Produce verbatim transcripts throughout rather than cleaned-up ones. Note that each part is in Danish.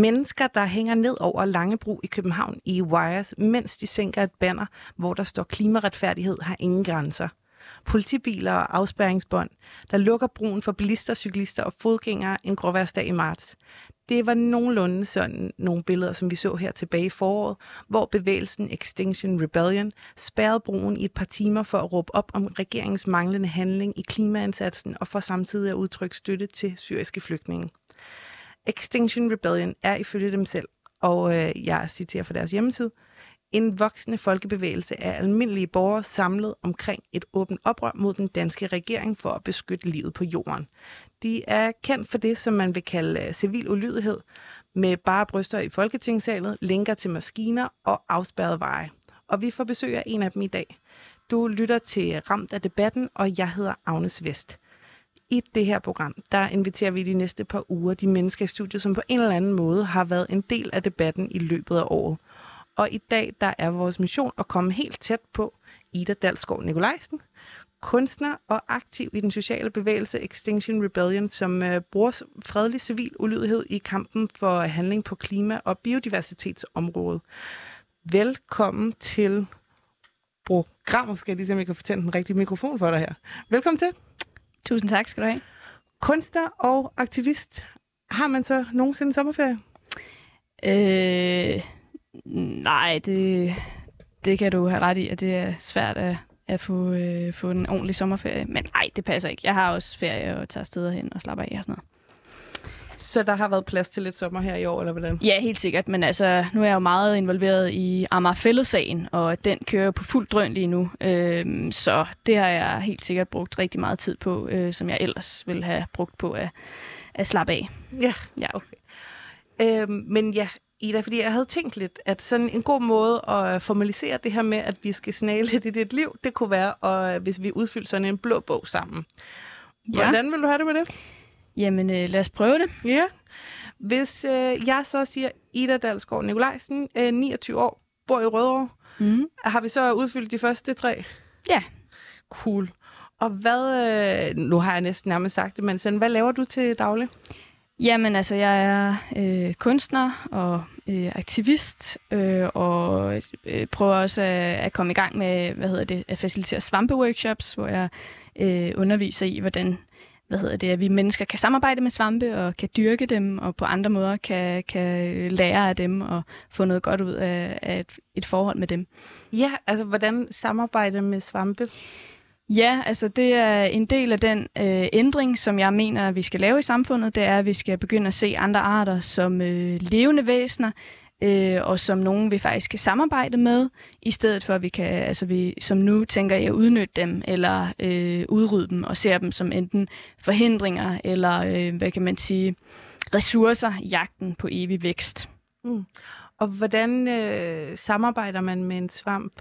Mennesker, der hænger ned over Langebro i København i wires, mens de sænker et banner, hvor der står klimaretfærdighed har ingen grænser. Politibiler og afspærringsbånd, der lukker broen for bilister, cyklister og fodgængere en gråværsdag i marts. Det var nogenlunde sådan nogle billeder, som vi så her tilbage i foråret, hvor bevægelsen Extinction Rebellion spærrede broen i et par timer for at råbe op om regeringens manglende handling i klimaindsatsen og for samtidig at udtrykke støtte til syriske flygtninge. Extinction Rebellion er ifølge dem selv, og øh, jeg citerer fra deres hjemmeside, en voksende folkebevægelse af almindelige borgere samlet omkring et åbent oprør mod den danske regering for at beskytte livet på jorden. De er kendt for det, som man vil kalde civil ulydighed, med bare bryster i Folketingssalen, linker til maskiner og afspærrede veje. Og vi får besøg af en af dem i dag. Du lytter til Ramt af debatten, og jeg hedder Agnes Vest. I det her program, der inviterer vi de næste par uger de mennesker i studiet, som på en eller anden måde har været en del af debatten i løbet af året. Og i dag, der er vores mission at komme helt tæt på Ida Dalsgaard Nikolajsen, kunstner og aktiv i den sociale bevægelse Extinction Rebellion, som uh, bruger fredelig civil ulydighed i kampen for handling på klima- og biodiversitetsområdet. Velkommen til programmet, skal jeg lige se, om jeg kan få tændt den rigtige mikrofon for dig her. Velkommen til. Tusind tak skal du have. Kunstner og aktivist. Har man så nogensinde sommerferie? Øh, nej, det, det kan du have ret i, at det er svært at, at få, øh, få en ordentlig sommerferie. Men nej, det passer ikke. Jeg har også ferie og tager steder hen og slapper af og sådan noget. Så der har været plads til lidt sommer her i år, eller hvordan? Ja, helt sikkert. Men altså, nu er jeg jo meget involveret i Amager-Fælled-sagen, og den kører jo på fuld drøn lige nu. Øhm, så det har jeg helt sikkert brugt rigtig meget tid på, øh, som jeg ellers ville have brugt på at, at slappe af. Ja, ja. Okay. Øhm, men ja, Ida, fordi jeg havde tænkt lidt, at sådan en god måde at formalisere det her med, at vi skal snage lidt i dit liv, det kunne være, og hvis vi udfyldte sådan en blå bog sammen. Hvordan ja. vil du have det med det? Jamen, øh, lad os prøve det. Ja. Hvis øh, jeg så siger Ida Dalsgaard Nikolajsen, øh, niogtyve år, bor i Rødovre, mm. har vi så udfyldt de første tre? Ja. Cool. Og hvad, øh, nu har jeg næsten nærmest sagt det, men sådan, hvad laver du til daglig? Jamen, altså, jeg er øh, kunstner og øh, aktivist, øh, og øh, prøver også at, at komme i gang med, hvad hedder det, at facilitere svampeworkshops, hvor jeg øh, underviser i, hvordan hvad hedder det, at vi mennesker kan samarbejde med svampe og kan dyrke dem, og på andre måder kan, kan lære af dem og få noget godt ud af, af et, et forhold med dem. Ja, altså hvordan samarbejde med svampe? Ja, altså det er en del af den øh, ændring, som jeg mener, vi skal lave i samfundet. Det er, at vi skal begynde at se andre arter som øh, levende væsener, øh, og som nogen vi faktisk kan samarbejde med, i stedet for at vi kan, altså vi som nu tænker jeg at udnytte dem, eller øh, udrydde dem, og ser dem som enten forhindringer, eller øh, hvad kan man sige, ressourcer i jagten på evig vækst. Mm. Og hvordan øh, samarbejder man med en svamp?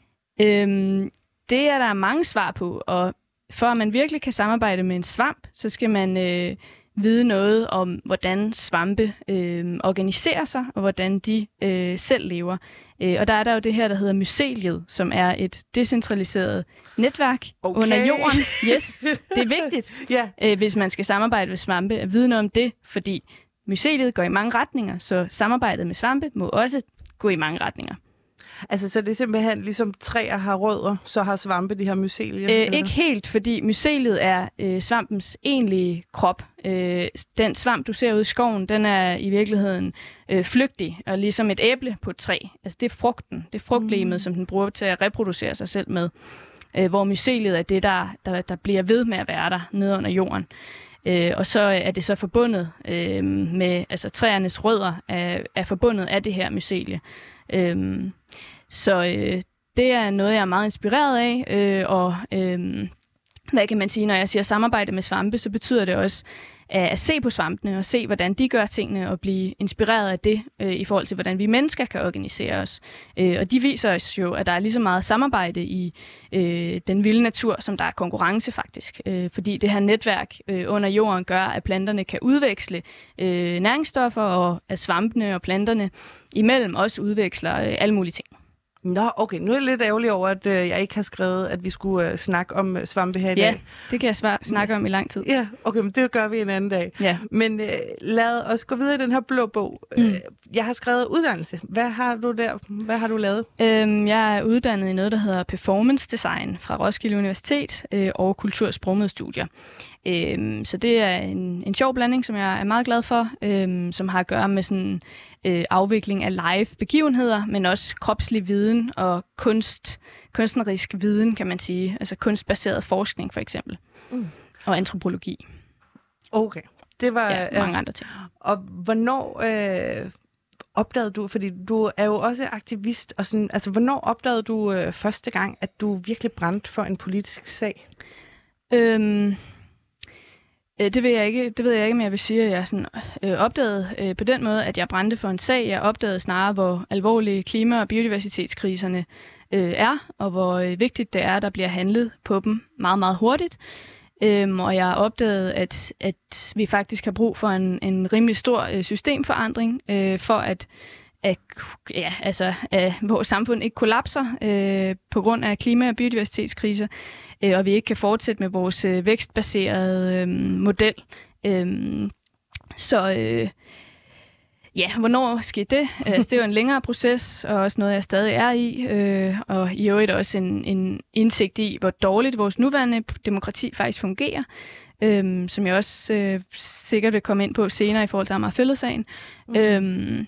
Øhm, det er der mange svar på, og for at man virkelig kan samarbejde med en svamp, så skal man øh, vide noget om, hvordan svampe øh, organiserer sig, og hvordan de øh, selv lever. Øh, og der er der jo det her, der hedder myceliet, som er et decentraliseret netværk okay. under jorden. Yes, det er vigtigt, yeah. øh, hvis man skal samarbejde med svampe, at vide noget om det, fordi myceliet går i mange retninger, så samarbejdet med svampe må også gå i mange retninger. Altså, så det er simpelthen ligesom træer har rødder, så har svampe de her mycelier? Øh, ikke helt, fordi myceliet er øh, svampens egentlige krop. Øh, den svamp, du ser ude i skoven, den er i virkeligheden øh, flygtig, og ligesom et æble på et træ. Altså, det er frugten, det er frugtlegemet, mm. som den bruger til at reproducere sig selv med. Øh, hvor myceliet er det, der, der, der bliver ved med at være der nede under jorden. Øh, og så er det så forbundet øh, med, altså træernes rødder er, er forbundet af det her mycelie. Øh, Så øh, det er noget, jeg er meget inspireret af, øh, og øh, hvad kan man sige, når jeg siger samarbejde med svampe, så betyder det også at, at se på svampene og se, hvordan de gør tingene, og blive inspireret af det øh, i forhold til, hvordan vi mennesker kan organisere os. Øh, og de viser os jo, at der er lige så meget samarbejde i øh, den vilde natur, som der er konkurrence faktisk. Øh, fordi det her netværk øh, under jorden gør, at planterne kan udveksle øh, næringsstoffer, og at svampene og planterne imellem også udveksler øh, alle mulige ting. Nå, okay. Nu er jeg lidt ærgerlig over, at øh, jeg ikke har skrevet, at vi skulle øh, snakke om øh, svampe her i Ja, dag. det kan jeg svar- snakke om i lang tid. Ja, okay, men det gør vi en anden dag. Ja. Men øh, lad os gå videre i den her blå bog. Mm. Jeg har skrevet uddannelse. Hvad har du der? Hvad har du lavet? Øhm, jeg er uddannet i noget, der hedder Performance Design fra Roskilde Universitet øh, og Kultur- og Sprogmødestudier. Øhm, så det er en, en sjov blanding, som jeg er meget glad for, øhm, som har at gøre med sådan øh, afvikling af live begivenheder, men også kropslig viden og kunst, kunstnerisk viden, kan man sige. Altså kunstbaseret forskning, for eksempel. Mm. Og antropologi. Okay. Det var ja, mange andre ting. Og hvornår øh, opdagede du, fordi du er jo også aktivist, og sådan, altså hvornår opdagede du øh, første gang, at du virkelig brændte for en politisk sag? Øhm, øh, det ved jeg ikke, det ved jeg ikke, men jeg vil sige, at jeg sådan, øh, opdagede øh, på den måde, at jeg brændte for en sag. Jeg opdagede snarere, hvor alvorlige klima- og biodiversitetskriserne øh, er, og hvor øh, vigtigt det er, at der bliver handlet på dem meget, meget hurtigt. Øhm, og jeg opdagede, at, at vi faktisk har brug for en, en rimelig stor øh, systemforandring, øh, for at, at, ja, altså, at vores samfund ikke kollapser øh, på grund af klima- og biodiversitetskriser, øh, og vi ikke kan fortsætte med vores øh, vækstbaserede øh, model. Øh, så øh, ja, hvornår skete det? Altså, det er jo en længere proces, og også noget, jeg stadig er i. Øh, og i øvrigt også en, en indsigt i, hvor dårligt vores nuværende demokrati faktisk fungerer. Øh, som jeg også øh, sikkert vil komme ind på senere i forhold til Amager Fælled-sagen. Mm. Øh,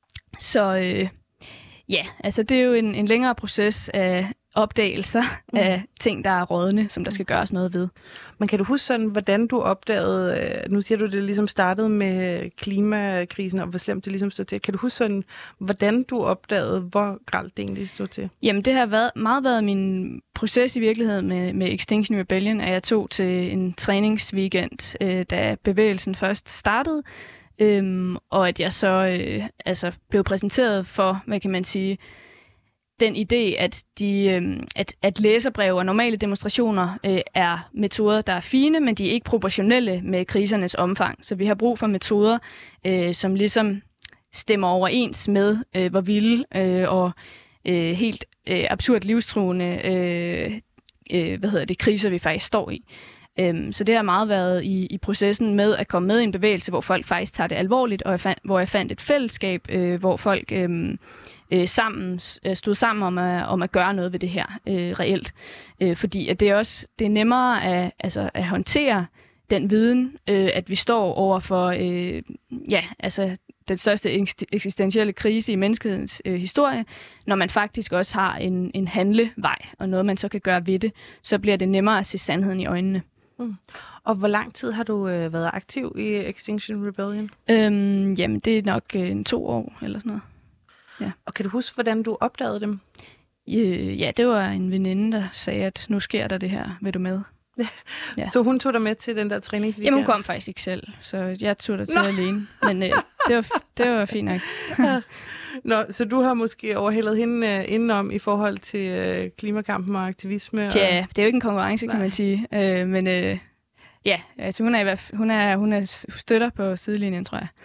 så øh, ja, altså det er jo en, en længere proces af opdagelser mm. af ting, der er rådne, som der skal gøres noget ved. Men kan du huske sådan, hvordan du opdagede, øh, nu siger du, det ligesom startede med klimakrisen, og hvor slemt det ligesom stod til. Kan du huske sådan, hvordan du opdagede, hvor grelt det egentlig stod til? Jamen, det har været, meget været min proces i virkeligheden med, med Extinction Rebellion, at jeg tog til en træningsweekend, øh, da bevægelsen først startede, øhm, og at jeg så øh, altså blev præsenteret for, hvad kan man sige, den idé, at, de, øh, at, at læserbreve og normale demonstrationer øh, er metoder, der er fine, men de er ikke proportionelle med krisernes omfang. Så vi har brug for metoder, øh, som ligesom stemmer overens med, øh, hvor vilde øh, og øh, helt øh, absurd livstruende øh, øh, hvad hedder det, kriser, vi faktisk står i. Um, så det har meget været i, i processen med at komme med i en bevægelse, hvor folk faktisk tager det alvorligt, og jeg fandt, hvor jeg fandt et fællesskab, øh, hvor folk øh, øh, sammen stod sammen om at, om at gøre noget ved det her øh, reelt. Øh, fordi at det er også det er nemmere at, altså, at håndtere den viden, øh, at vi står over for øh, ja, altså, den største eksistentielle krise i menneskehedens øh, historie, når man faktisk også har en, en handlevej, og noget, man så kan gøre ved det, så bliver det nemmere at se sandheden i øjnene. Mm. Og hvor lang tid har du øh, været aktiv i Extinction Rebellion? Øhm, jamen, det er nok øh, en to år eller sådan noget. Ja. Og kan du huske, hvordan du opdagede dem? Øh, ja, det var en veninde, der sagde, at nu sker der det her. Vil du med? Ja. Så hun tog dig med til den der træningsweekend? Jamen, hun kom faktisk ikke selv, så jeg tog dig til Nå. alene. Men øh, det, var, det var fint nok. Ja. Nå, så du har måske overhældet hende øh, indenom i forhold til øh, klimakampen og aktivisme? Og... Ja, det er jo ikke en konkurrence, Nej. kan man sige. Øh, men øh, ja, altså, hun, er, hun, er, hun er støtter på sidelinjen, tror jeg.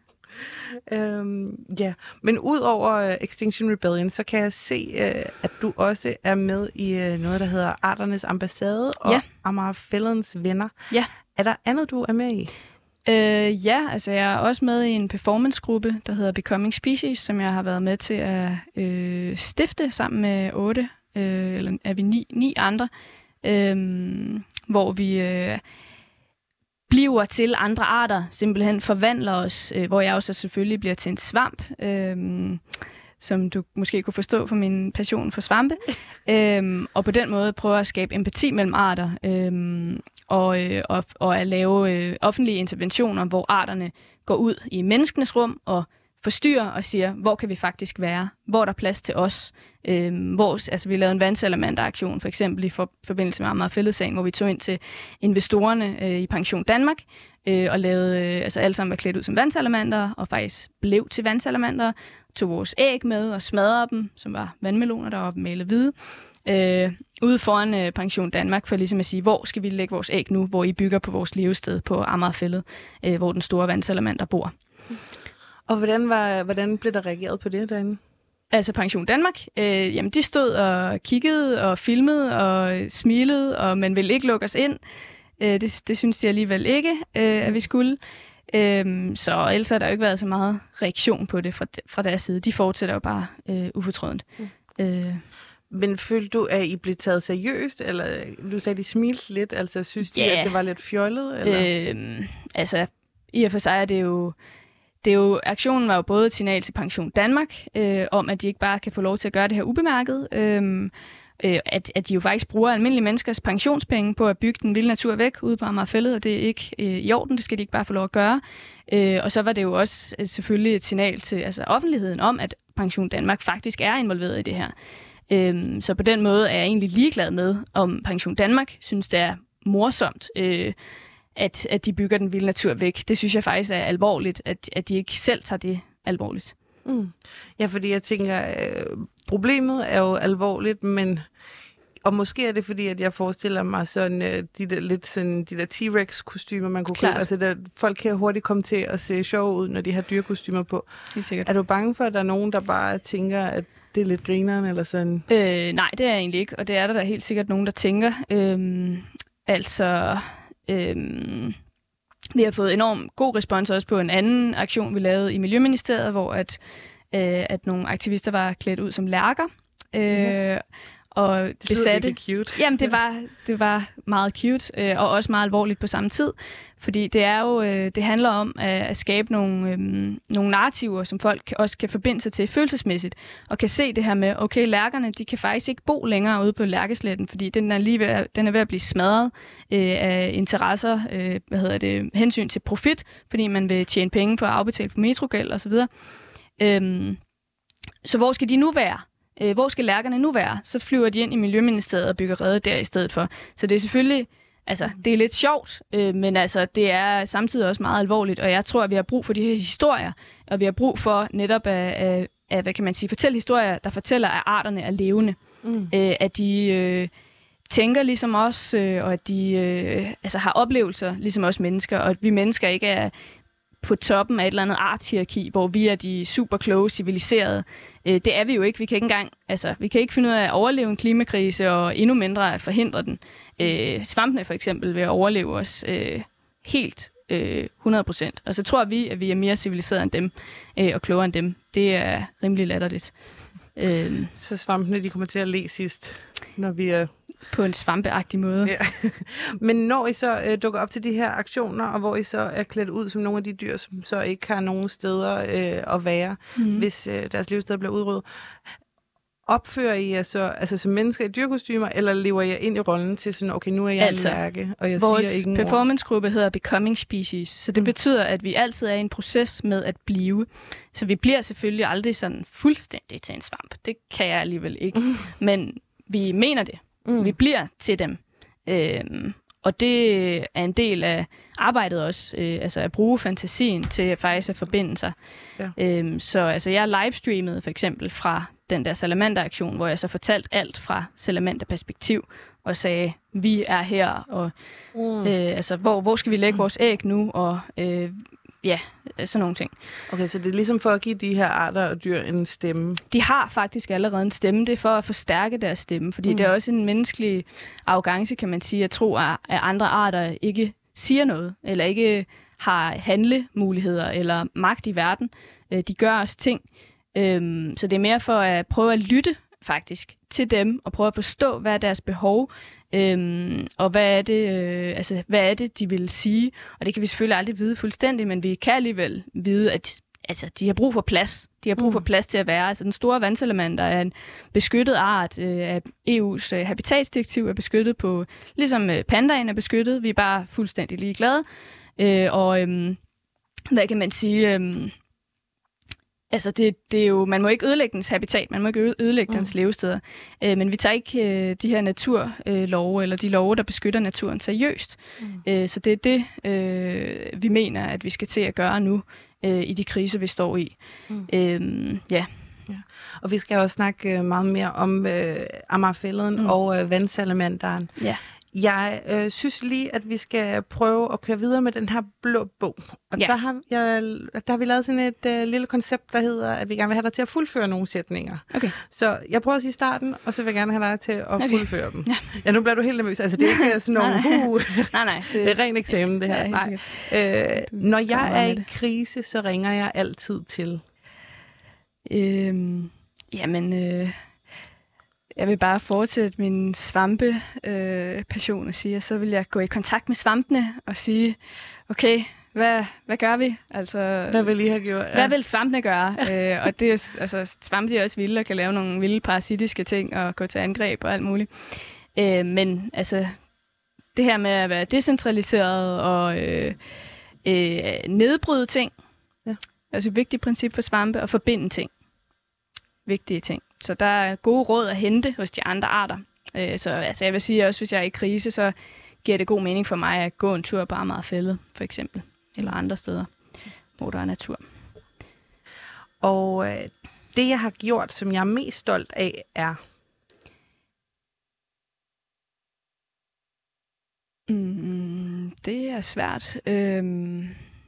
Øhm, ja, men ud over uh, Extinction Rebellion, så kan jeg se, uh, at du også er med i uh, noget, der hedder Arternes Ambassade og ja. Amager Fælledens Venner. Ja. Er der andet, du er med i? Øh, ja, altså jeg er også med i en performancegruppe, der hedder Becoming Species, som jeg har været med til at øh, stifte sammen med otte, øh, eller er vi ni, ni andre, øh, hvor vi... Øh, bliver til andre arter, simpelthen forvandler os, øh, hvor jeg også selvfølgelig bliver til en svamp, øh, som du måske kunne forstå fra min passion for svampe, øh, og på den måde prøver at skabe empati mellem arter, øh, og, øh, og, og at lave øh, offentlige interventioner, hvor arterne går ud i menneskenes rum og forstyrrer og siger, hvor kan vi faktisk være? Hvor er der plads til os? Øh, hvor, altså, vi lavede en vandsalamander-aktion, for eksempel i for, forbindelse med Amager Fælled-sagen, hvor vi tog ind til investorerne øh, i Pension Danmark, øh, og lavede, øh, altså alle sammen var klædt ud som vandsalamander, og faktisk blev til vandsalamander, tog vores æg med og smadrede dem, som var vandmeloner, der var malet hvide, øh, ude foran øh, Pension Danmark, for ligesom at sige, hvor skal vi lægge vores æg nu, hvor I bygger på vores levested på Amager Fælled, øh, hvor den store vandsalamander bor. Og hvordan, var, hvordan blev der reageret på det derinde? altså Pension Danmark, øh, jamen de stod og kiggede og filmede og smilede, og man ville ikke lukke os ind. Øh, det, det synes de alligevel ikke, øh, at vi skulle. Øh, så ellers har der jo ikke været så meget reaktion på det fra, fra deres side. De fortsætter jo bare øh, ufortrødent. Mm. Øh. Men følte du, at I blev taget seriøst? Eller du sagde, de smilte lidt. Altså synes de, yeah. at det var lidt fjollet? Eller? Øh, altså, i og for sig er det jo... Det er jo, aktionen var jo både et signal til Pension Danmark, øh, om at de ikke bare kan få lov til at gøre det her ubemærket, øh, øh, at, at de jo faktisk bruger almindelige menneskers pensionspenge på at bygge den vilde natur væk ude på Amagerfælled, og det er ikke øh, i orden, det skal de ikke bare få lov at gøre. Øh, og så var det jo også øh, selvfølgelig et signal til altså, offentligheden om, at Pension Danmark faktisk er involveret i det her. Øh, så på den måde er jeg egentlig ligeglad med, om Pension Danmark synes, det er morsomt, øh, At, at de bygger den vilde natur væk. Det synes jeg faktisk er alvorligt, at, at de ikke selv tager det alvorligt. Mm. Ja, fordi jeg tænker, øh, problemet er jo alvorligt, men og måske er det fordi, at jeg forestiller mig sådan øh, de der, lidt sådan de der T-Rex-kostymer, man kunne Klart. købe. Altså, der, folk kan hurtigt komme til at se sjove ud, når de har dyrekostymer på. Helt sikkert. Er du bange for, at der er nogen, der bare tænker, at det er lidt grineren eller sådan? Øh, nej, det er jeg egentlig ikke, og det er der, der er helt sikkert nogen, der tænker. Øhm, altså... Øhm, vi har fået enormt god respons også på en anden aktion, vi lavede i Miljøministeriet, hvor at, øh, at nogle aktivister var klædt ud som lærker. Øh, ja. Og det besatte. Det cute. Jamen, det var, det var meget cute, øh, og også meget alvorligt på samme tid. Fordi det er jo, øh, det handler om at, at skabe nogle, øh, nogle narrativer, som folk også kan forbinde sig til følelsesmæssigt, og kan se det her med, okay, lærkerne, de kan faktisk ikke bo længere ude på Lærkesletten, fordi den er, lige ved at, den er ved at blive smadret øh, af interesser, øh, hvad hedder det, hensyn til profit, fordi man vil tjene penge på at afbetale for metrogæld osv. Øhm, så hvor skal de nu være? Øh, hvor skal lærkerne nu være? Så flyver de ind i Miljøministeriet og bygger rede der i stedet for. Så det er selvfølgelig, altså, det er lidt sjovt, øh, men altså, det er samtidig også meget alvorligt, og jeg tror, at vi har brug for de her historier, og vi har brug for netop at, at, at hvad kan man sige, fortælle historier, der fortæller, at arterne er levende. Mm. Øh, at de øh, tænker ligesom os, øh, og at de øh, altså, har oplevelser ligesom os mennesker, og at vi mennesker ikke er på toppen af et eller andet artshierarki, hvor vi er de super kloge, civiliserede. Øh, det er vi jo ikke. Vi kan ikke engang, altså, vi kan ikke finde ud af at overleve en klimakrise, og endnu mindre at forhindre den. Øh, svampene for eksempel vil overleve os øh, helt øh, hundrede procent. Og så tror vi, at vi er mere civiliserede end dem, øh, og klogere end dem. Det er rimelig latterligt. Øh, så svampene, de kommer til at le sidst, når vi er... På en svampeagtig måde. Ja. Men når I så øh, dukker op til de her aktioner, og hvor I så er klædt ud som nogle af de dyr, som så ikke har nogen steder øh, at være, mm. hvis øh, deres levesteder bliver udryddet, opfører I jer så altså som mennesker i dyrkostymer, eller lever I ind i rollen til sådan, okay, nu er jeg altså, en lærke, og jeg vores siger ikke performancegruppe hedder Becoming Species, så det mm. betyder, at vi altid er i en proces med at blive. Så vi bliver selvfølgelig aldrig sådan fuldstændig til en svamp. Det kan jeg alligevel ikke. Mm. Men vi mener det. Mm. Vi bliver til dem. Øhm, og det er en del af arbejdet også, øh, altså at bruge fantasien til faktisk at forbinde sig. Ja. Øhm, så altså, jeg livestreamede for eksempel fra den der salamander-aktion, hvor jeg så fortalte alt fra salamander-perspektiv, og sagde, vi er her, og mm. øh, altså, hvor, hvor skal vi lægge vores æg nu, og øh, ja, sådan nogle ting. Okay, så det er ligesom for at give de her arter og dyr en stemme? De har faktisk allerede en stemme. Det er for at forstærke deres stemme, fordi mm. det er også en menneskelig arrogance, kan man sige, at tro, at andre arter ikke siger noget, eller ikke har handlemuligheder eller magt i verden. De gør os ting. Så det er mere for at prøve at lytte faktisk til dem, og prøve at forstå, hvad er deres behov, Øhm, og hvad er det, øh, altså, hvad er det, de vil sige? Og det kan vi selvfølgelig aldrig vide fuldstændig, men vi kan alligevel vide, at altså, de har brug for plads. De har brug for plads til at være. Altså, den store vandsalamander er en beskyttet art øh, af E U's øh, habitatsdirektiv, er beskyttet på, ligesom øh, pandaen er beskyttet. Vi er bare fuldstændig ligeglade. Øh, og øh, hvad kan man sige... Øh, Altså, det, det er jo, man må ikke ødelægge dens habitat, man må ikke ødelægge mm. dens levesteder. Øh, men vi tager ikke øh, de her naturlove, øh, eller de love, der beskytter naturen, seriøst. Mm. Øh, så det er det, øh, vi mener, at vi skal til at gøre nu, øh, i de kriser, vi står i. Mm. Øh, ja. Ja. Og vi skal også snakke meget mere om øh, Amagerfælleden mm. og øh, vandsalamanderen. Ja. Jeg øh, synes lige, at vi skal prøve at køre videre med den her blå bog. Og ja. der, har, jeg, der har vi lavet sådan et øh, lille koncept, der hedder, at vi gerne vil have dig til at fuldføre nogle sætninger. Okay. Så jeg prøver at sige starten, og så vil jeg gerne have dig til at okay. fuldføre dem. Ja. ja, nu bliver du helt nervøs. Altså, det er ikke sådan nogle... nej, nej. Uh, nej, nej. Det, det er ren eksamen, det her. Ja, nej. Øh, når jeg er i krise, så ringer jeg altid til... Øhm, jamen... Øh Jeg vil bare fortsætte min svampe-passion øh, og sige, at så vil jeg gå i kontakt med svampene og sige, okay, hvad, hvad gør vi? Altså, hvad vil I have gjort? Ja. Hvad vil svampene gøre? øh, og det er, altså, svampe er også vilde og kan lave nogle vilde parasitiske ting og gå til angreb og alt muligt. Øh, men altså, det her med at være decentraliseret og øh, øh, nedbryde ting, ja. er også et vigtigt princip for svampe, og forbinde ting. Vigtige ting. Så der er gode råd at hente hos de andre arter. Øh, så altså, jeg vil sige også, hvis jeg er i krise, så giver det god mening for mig at gå en tur på Amagerfællet, for eksempel. Eller andre steder, hvor der er natur. Og øh, det, jeg har gjort, som jeg er mest stolt af, er... Mm, det er svært. Øhm,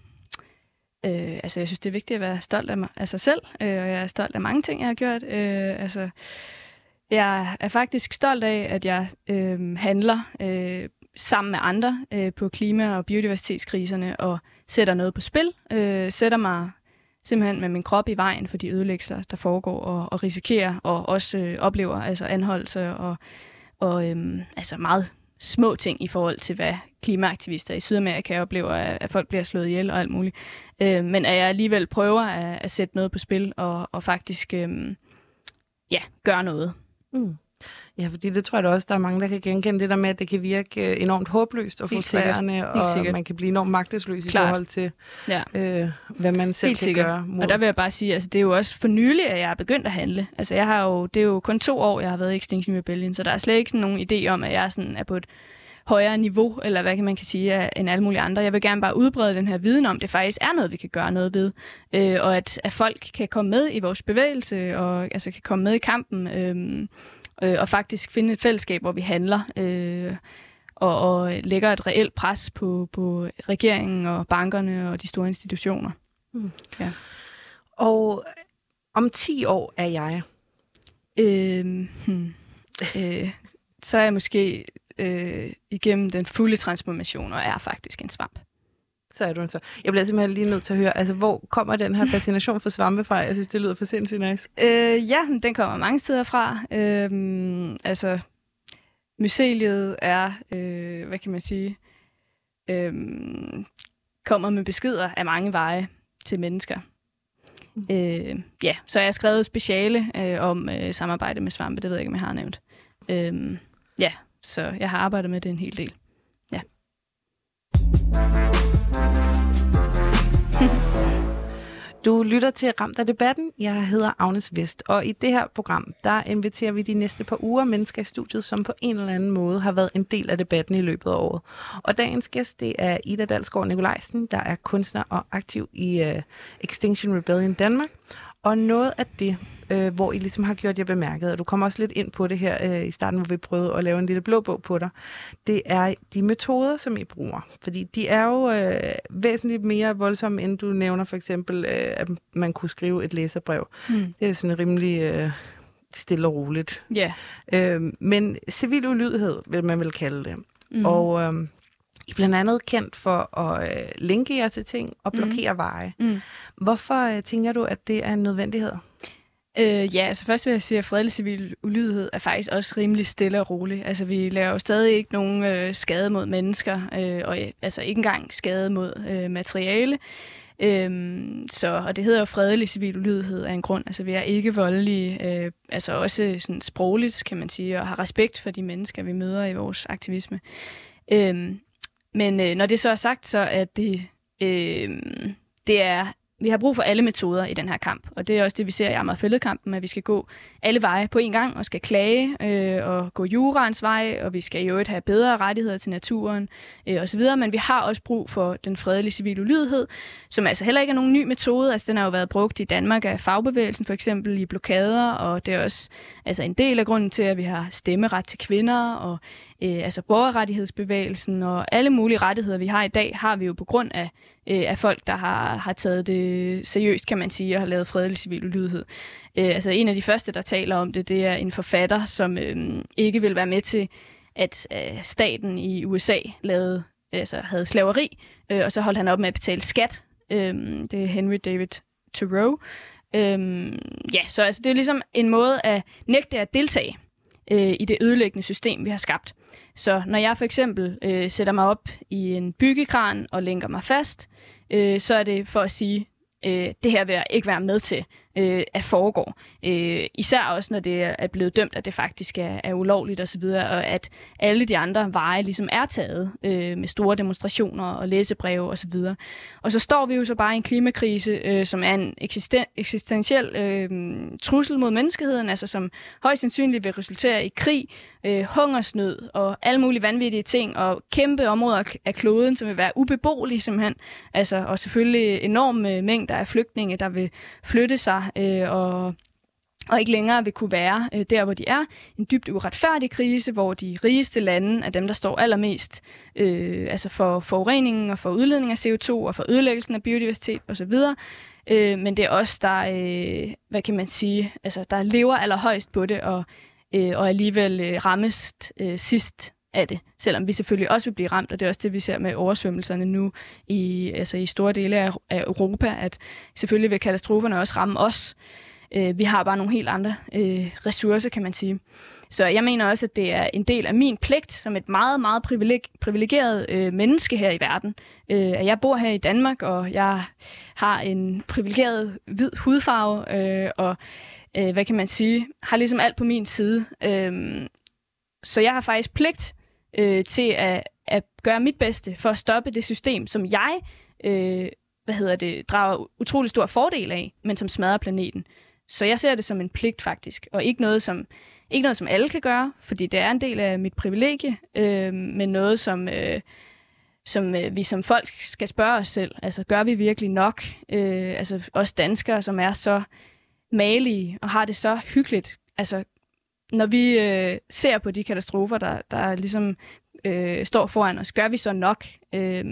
øh, altså, jeg synes, det er vigtigt at være stolt af mig, af sig selv, øh, og jeg er stolt af mange ting, jeg har gjort. Øh, altså, jeg er faktisk stolt af, at jeg øh, handler øh, sammen med andre øh, på klima- og biodiversitetskriserne og sætter noget på spil. Øh, sætter mig simpelthen med min krop i vejen for de ødelæggelser, der foregår, og, og risikerer og også øh, oplever altså anholdelse og, og øh, altså meget små ting i forhold til, hvad klimaaktivister i Sydamerika oplever, at folk bliver slået ihjel og alt muligt. Øh, men at jeg alligevel prøver at, at sætte noget på spil og, og faktisk øh, ja, gøre noget. Mm. Ja, fordi det tror jeg da også, der er mange, der kan genkende det der med, at det kan virke enormt håbløst og frustrerende, og man kan blive enormt magtesløs i forhold til, ja. øh, hvad man selv Helt kan sikkert. gøre. Mod. Og der vil jeg bare sige, altså det er jo også for nylig, at jeg er begyndt at handle. Altså jeg har jo, det er jo kun to år, jeg har været i Extinction Rebellion, så der er slet ikke sådan nogen idé om, at jeg sådan er på et højere niveau, eller hvad kan man kan sige, end alle mulige andre. Jeg vil gerne bare udbrede den her viden om, det faktisk er noget, vi kan gøre noget ved, øh, og at, at folk kan komme med i vores bevægelse, og altså kan komme med i kampen, øh, og faktisk finde et fællesskab, hvor vi handler øh, og, og lægger et reelt pres på, på regeringen og bankerne og de store institutioner. Mm. Ja. Og om ti år er jeg? Øh, hmm, øh, så er jeg måske øh, igennem den fulde transformation, og er faktisk en svamp. Så er du en svamp. Jeg bliver simpelthen lige nødt til at høre, altså hvor kommer den her fascination for svampe fra? Jeg synes, det lyder for sindssygt nice. Øh, ja, den kommer mange steder fra. Øh, altså, myceliet er, øh, hvad kan man sige, øh, kommer med beskeder af mange veje til mennesker. Mm. Øh, ja, så jeg har skrevet speciale øh, om øh, samarbejde med svampe, det ved jeg ikke, om jeg har nævnt. Øh, ja, så jeg har arbejdet med det en hel del. Ja. Du lytter til Ramt af Debatten. Jeg hedder Agnes Vest, og i det her program, der inviterer vi de næste par uger mennesker i studiet, som på en eller anden måde har været en del af debatten i løbet af året. Og dagens gæst, det er Ida Dalsgaard Nikolajsen, der er kunstner og aktiv i uh, Extinction Rebellion Danmark. Og noget af det, øh, hvor I ligesom har gjort jer bemærket, og du kommer også lidt ind på det her øh, i starten, hvor vi prøvede at lave en lille blå bog på dig, det er de metoder, som I bruger. Fordi de er jo øh, væsentligt mere voldsomme, end du nævner for eksempel, øh, at man kunne skrive et læserbrev. Mm. Det er sådan rimelig øh, stille og roligt. Yeah. Øh, men civil ulydighed, vil man vel kalde det. Mm. Og øh, I er blandt andet kendt for at øh, linke jer til ting og blokere mm. veje. Mm. Hvorfor øh, tænker du, at det er en nødvendighed? Øh, ja, altså først vil jeg sige, at fredelig civil ulydighed er faktisk også rimelig stille og rolig. Altså vi laver jo stadig ikke nogen øh, skade mod mennesker, øh, og altså ikke engang skade mod øh, materiale. Øhm, så, og det hedder jo fredelig civil ulydighed af en grund. Altså vi er ikke voldelige, øh, altså også sådan sprogligt, kan man sige, og har respekt for de mennesker, vi møder i vores aktivisme. Øhm, men øh, når det så er sagt, så er det, øh, det er, vi har brug for alle metoder i den her kamp, og det er også det, vi ser i Amagerfællet-kampen, at vi skal gå alle veje på en gang og skal klage øh, og gå juraens vej, og vi skal i øvrigt have bedre rettigheder til naturen øh, osv., men vi har også brug for den fredelige civil ulydighed, som altså heller ikke er nogen ny metode. Altså den har jo været brugt i Danmark af fagbevægelsen, for eksempel i blokader, og det er også altså en del af grunden til, at vi har stemmeret til kvinder, og øh, altså borgerrettighedsbevægelsen og alle mulige rettigheder, vi har i dag, har vi jo på grund af, øh, af folk, der har, har taget det seriøst, kan man sige, og har lavet fredelig civil ulydighed. Øh, altså en af de første, der taler om det, det er en forfatter, som øh, ikke vil være med til, at øh, staten i U S A lavede, altså, havde slaveri, øh, og så holdt han op med at betale skat. Øh, det er Henry David Thoreau. Øhm, ja, så altså, det er jo ligesom en måde at nægte at deltage øh, i det ødelæggende system, vi har skabt. Så når jeg for eksempel øh, sætter mig op i en byggekran og lænker mig fast, øh, så er det for at sige, øh, det her vil jeg ikke være med til øh, at foregå. Øh, især også, når det er blevet dømt, at det faktisk er, er ulovligt osv., og at alle de andre veje ligesom er taget øh, med store demonstrationer og læsebreve osv. Og så står vi jo så bare i en klimakrise, øh, som er en eksisten- eksistentiel øh, trussel mod menneskeheden, altså som højst sandsynligt vil resultere i krig, øh, hungersnød og alle mulige vanvittige ting, og kæmpe områder af kloden, som vil være ubeboelige simpelthen. Altså, og selvfølgelig enorme mængder af flygtninge, der vil flytte sig øh, og og ikke længere vil kunne være øh, der, hvor de er. En dybt uretfærdig krise, hvor de rigeste lande er dem, der står allermest øh, altså for forureningen og for udledning af C O to og for ødelæggelsen af biodiversitet osv. Øh, men det er os, der, øh, hvad kan man sige, altså, der lever allerhøjst på det, og, øh, og alligevel øh, rammes øh, sidst af det. Selvom vi selvfølgelig også vil blive ramt, og det er også det, vi ser med oversvømmelserne nu i, altså i store dele af, af Europa, at selvfølgelig vil katastroferne også ramme os. Vi har bare nogle helt andre øh, ressourcer, kan man sige. Så jeg mener også, at det er en del af min pligt som et meget, meget privileg- privilegeret øh, menneske her i verden. Øh, at jeg bor her i Danmark, og jeg har en privilegeret hvid hudfarve, øh, og øh, hvad kan man sige, har ligesom alt på min side. Øh, så jeg har faktisk pligt øh, til at, at gøre mit bedste for at stoppe det system, som jeg øh, hvad hedder det, drager utrolig stor fordel af, men som smadrer planeten. Så jeg ser det som en pligt faktisk, og ikke noget, som, ikke noget, som alle kan gøre, fordi det er en del af mit privilegie, øh, men noget, som, øh, som øh, vi som folk skal spørge os selv. Altså, gør vi virkelig nok? Øh, altså, os danskere, som er så malige og har det så hyggeligt. Altså, når vi øh, ser på de katastrofer, der, der ligesom øh, står foran os, gør vi så nok? Øh,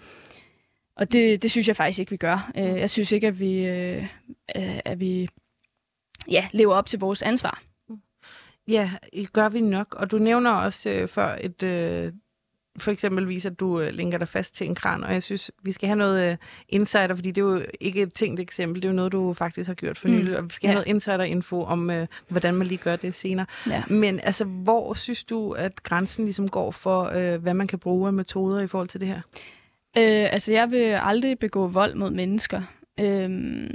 og det, det synes jeg faktisk ikke, vi gør. Øh, jeg synes ikke, at vi... Øh, at vi ja, lever op til vores ansvar. Ja, gør vi nok. Og du nævner også øh, før et, øh, for eksempelvis, at du øh, linker dig fast til en kran, og jeg synes, vi skal have noget øh, insider, fordi det er jo ikke et tænkt eksempel, det er jo noget, du faktisk har gjort for nylig, mm. og vi skal have ja. noget insider-info om, øh, hvordan man lige gør det senere. Ja. Men altså, hvor synes du, at grænsen ligesom går for, øh, hvad man kan bruge af metoder i forhold til det her? Øh, altså, jeg vil aldrig begå vold mod mennesker. Øh,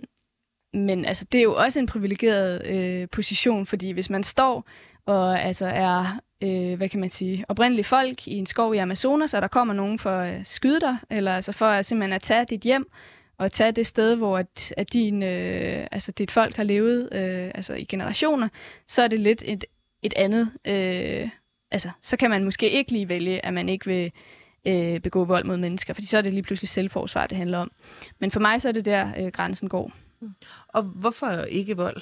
Men altså, det er jo også en privilegeret øh, position, fordi hvis man står og altså er, øh, hvad kan man sige, oprindelige folk i en skov i Amazonas, og der kommer nogen for at skyde dig, eller altså for at simpelthen at tage dit hjem og tage det sted, hvor at, at din, øh, altså dit folk har levet øh, altså i generationer, så er det lidt et, et andet. Øh, altså, så kan man måske ikke lige vælge, at man ikke vil øh, begå vold mod mennesker, fordi så er det lige pludselig selvforsvar, det handler om. Men for mig så er det der, øh, grænsen går. Og hvorfor ikke vold?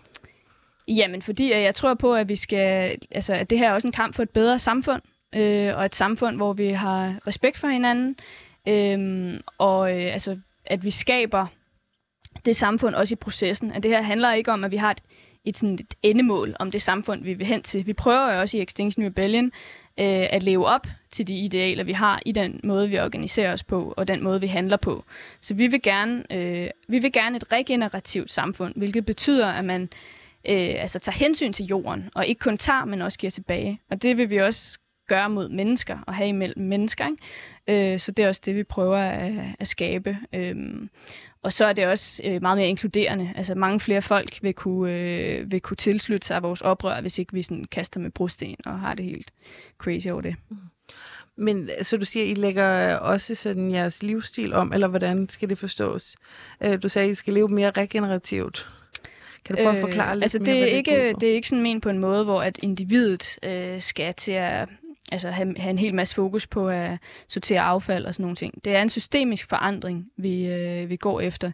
Jamen, fordi jeg tror på, at vi skal, altså, at det her er også en kamp for et bedre samfund, øh, og et samfund, hvor vi har respekt for hinanden, øh, og øh, altså, at vi skaber det samfund også i processen. At det her handler ikke om, at vi har et, et, sådan et endemål om det samfund, vi vil hen til. Vi prøver jo også i Extinction Rebellion øh, at leve op til de idealer, vi har i den måde, vi organiserer os på, og den måde, vi handler på. Så vi vil gerne, øh, vi vil gerne et regenerativt samfund, hvilket betyder, at man øh, altså tager hensyn til jorden, og ikke kun tager, men også giver tilbage. Og det vil vi også gøre mod mennesker, og have imellem mennesker, ikke? Øh, så det er også det, vi prøver at, at skabe. Øh, og så er det også øh, meget mere inkluderende. Altså mange flere folk vil kunne, øh, vil kunne tilslutte sig vores oprør, hvis ikke vi sådan kaster med brosten og har det helt crazy over det. Men så du siger, I lægger også sådan jeres livsstil om, eller hvordan skal det forstås? Du sagde, I skal leve mere regenerativt. Kan du prøve at forklare øh, lidt altså mere, det er hvad det ikke, er? Det er ikke sådan ment på en måde, hvor at individet øh, skal til at altså, have, have en hel masse fokus på at sortere affald og sådan nogle ting. Det er en systemisk forandring, vi, øh, vi går efter.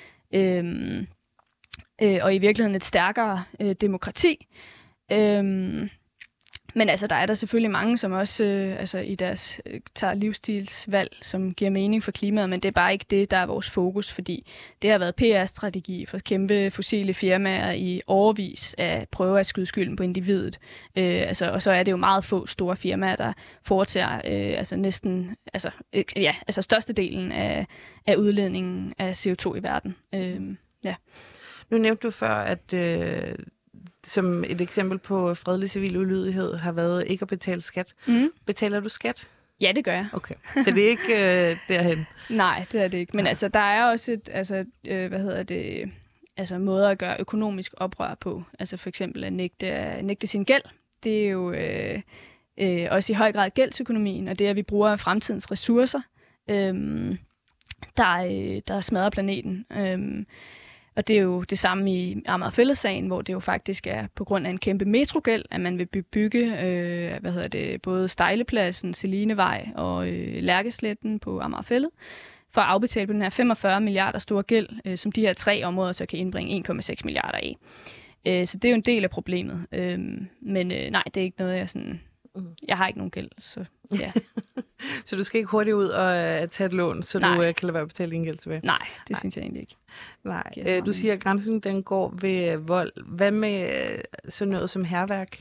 Øhm, øh, og i virkeligheden et stærkere øh, demokrati. Øhm, Men altså, der er der selvfølgelig mange, som også øh, altså, i deres øh, tager livsstilsvalg, som giver mening for klimaet, men det er bare ikke det, der er vores fokus, fordi det har været P R-strategi for kæmpe fossile firmaer i årevis at prøve at skyde skylden på individet. Øh, altså, og så er det jo meget få store firmaer, der foretager øh, altså næsten, altså, øh, ja, altså størstedelen af, af udledningen af C O to i verden. Øh, ja. Nu nævnte du før, at øh, som et eksempel på fredelig civil ulydighed har været ikke at betale skat. Mm. Betaler du skat? Ja, det gør jeg. Okay. Så det er ikke øh, derhen? Nej, det er det ikke. Men ja. altså, der er også et, altså, øh, hvad hedder det, altså måder at gøre økonomisk oprør på. Altså for eksempel at nægte, at nægte sin gæld. Det er jo øh, øh, også i høj grad gældsøkonomien, og det, at vi bruger fremtidens ressourcer, øh, der, øh, der smadrer planeten. Øh, Og det er jo det samme i Amager-Fælled-sagen, hvor det jo faktisk er på grund af en kæmpe metrogæld, at man vil bebygge øh, hvad hedder det, både Stejlepladsen, Selinevej og øh, Lærkesletten på Amager-Fælled, for at afbetale på den her femogfyrre milliarder store gæld, øh, som de her tre områder så kan indbringe en komma seks milliarder af. Øh, så det er jo en del af problemet. Øh, men øh, nej, det er ikke noget, jeg sådan... Jeg har ikke nogen gæld, så ja. Så du skal ikke hurtigt ud og uh, tage et lån, så Nej. du uh, kan lade være at betale din gæld tilbage? Nej, det Nej. synes jeg egentlig ikke. Nej, uh, du siger, at grænsen den går ved uh, vold. Hvad med uh, sådan noget som hærværk?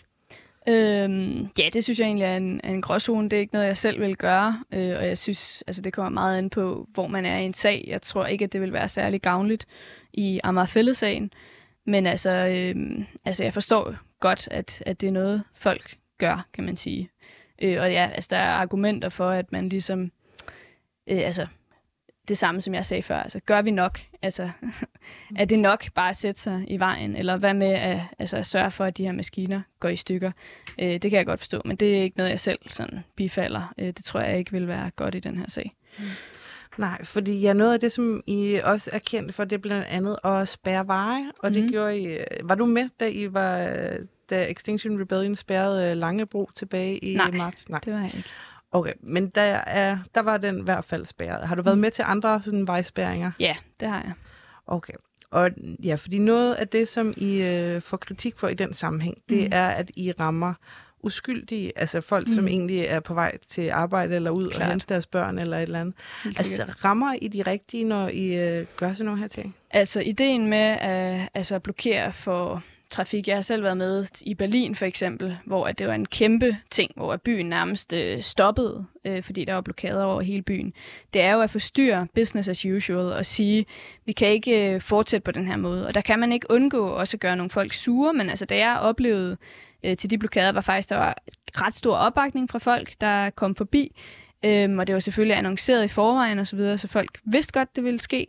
Øhm, ja, det synes jeg egentlig er en, en gråzone. Det er ikke noget, jeg selv vil gøre, øh, og jeg synes, altså det kommer meget an på, hvor man er i en sag. Jeg tror ikke, at det vil være særlig gavnligt i Amager-Fælled-sagen, men altså, øh, altså jeg forstår godt, at, at det er noget, folk gør, kan man sige. Øh, og ja, altså der er argumenter for, at man ligesom, øh, altså det samme som jeg sagde før, altså gør vi nok? Altså er det nok bare at sætte sig i vejen? Eller hvad med at, altså, at sørge for, at de her maskiner går i stykker? Øh, det kan jeg godt forstå, men det er ikke noget, jeg selv sådan bifalder. Øh, det tror jeg ikke vil være godt i den her sag. Mm. Nej, fordi ja, noget af det, som I også er kendt for, det er blandt andet at spærre veje, og mm. det gjorde I... Var du med, da I var... da Extinction Rebellion spærrede Langebro tilbage i Nej, marts? Nej, det var jeg ikke. Okay, men der, er, der var den i hvert fald spærret. Har du været mm. med til andre sådan vejspærringer? Ja, det har jeg. Okay, og ja, fordi noget af det, som I øh, får kritik for i den sammenhæng, det mm. er, at I rammer uskyldige, altså folk, mm. som egentlig er på vej til arbejde eller ud Klart. og hente deres børn eller et eller andet. Altså rammer I de rigtige, når I øh, gør sådan nogle her ting? Altså ideen med at altså, blokere for trafik. Jeg har selv været med i Berlin for eksempel, hvor det var en kæmpe ting, hvor byen nærmest øh, stoppede, øh, fordi der var blokader over hele byen. Det er jo at forstyrre business as usual og sige, vi kan ikke øh, fortsætte på den her måde. Og der kan man ikke undgå også at gøre nogle folk sure, men altså da jeg oplevede øh, til de blokader, var faktisk, der var ret stor opbakning fra folk, der kom forbi. Øhm, og det var selvfølgelig annonceret i forvejen og så videre, så folk vidste godt, det ville ske.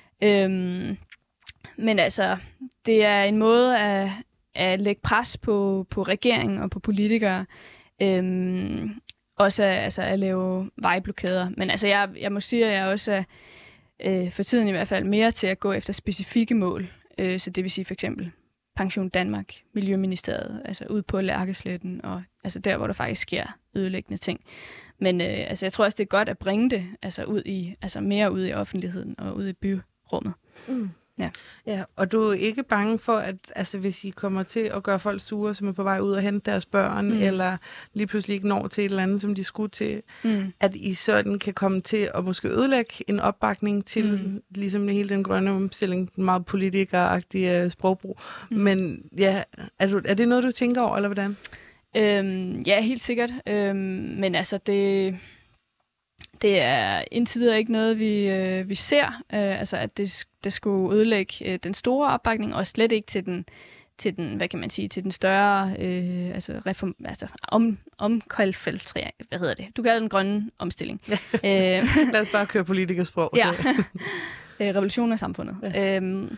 Øhm, Men altså, det er en måde at, at lægge pres på, på regeringen og på politikere. Øhm, også altså, at lave vejblokader. Men altså, jeg, jeg må sige, at jeg også er øh, for tiden i hvert fald mere til at gå efter specifikke mål. Øh, så det vil sige for eksempel Pension Danmark, Miljøministeriet, altså ud på Lærkesletten, og altså der, hvor der faktisk sker ødelæggende ting. Men øh, altså, jeg tror også, det er godt at bringe det altså, ud i, altså, mere ud i offentligheden og ud i byrummet. Mm. Ja. Ja, og du er ikke bange for, at altså, hvis I kommer til at gøre folk sure, som er på vej ud og hente deres børn, mm. eller lige pludselig ikke når til et eller andet, som de skulle til, mm. at I sådan kan komme til at måske ødelægge en opbakning til mm. ligesom hele den grønne omstilling, den meget politikeragtige sprogbrug. Mm. Men ja, er, du, er det noget, du tænker over, eller hvordan? Øhm, ja, helt sikkert. Øhm, men altså, det... Det er indtil videre ikke noget, vi, øh, vi ser, øh, altså at det, det skulle ødelægge øh, den store opbakning, og slet ikke til den, til den, hvad kan man sige, til den større, øh, altså, reform, altså om, omkalfiltrering, hvad hedder det? Du kalder den grønne omstilling. Ja. øh, Lad os bare køre politikersprog. Ja, revolution af samfundet. Ja. Øhm,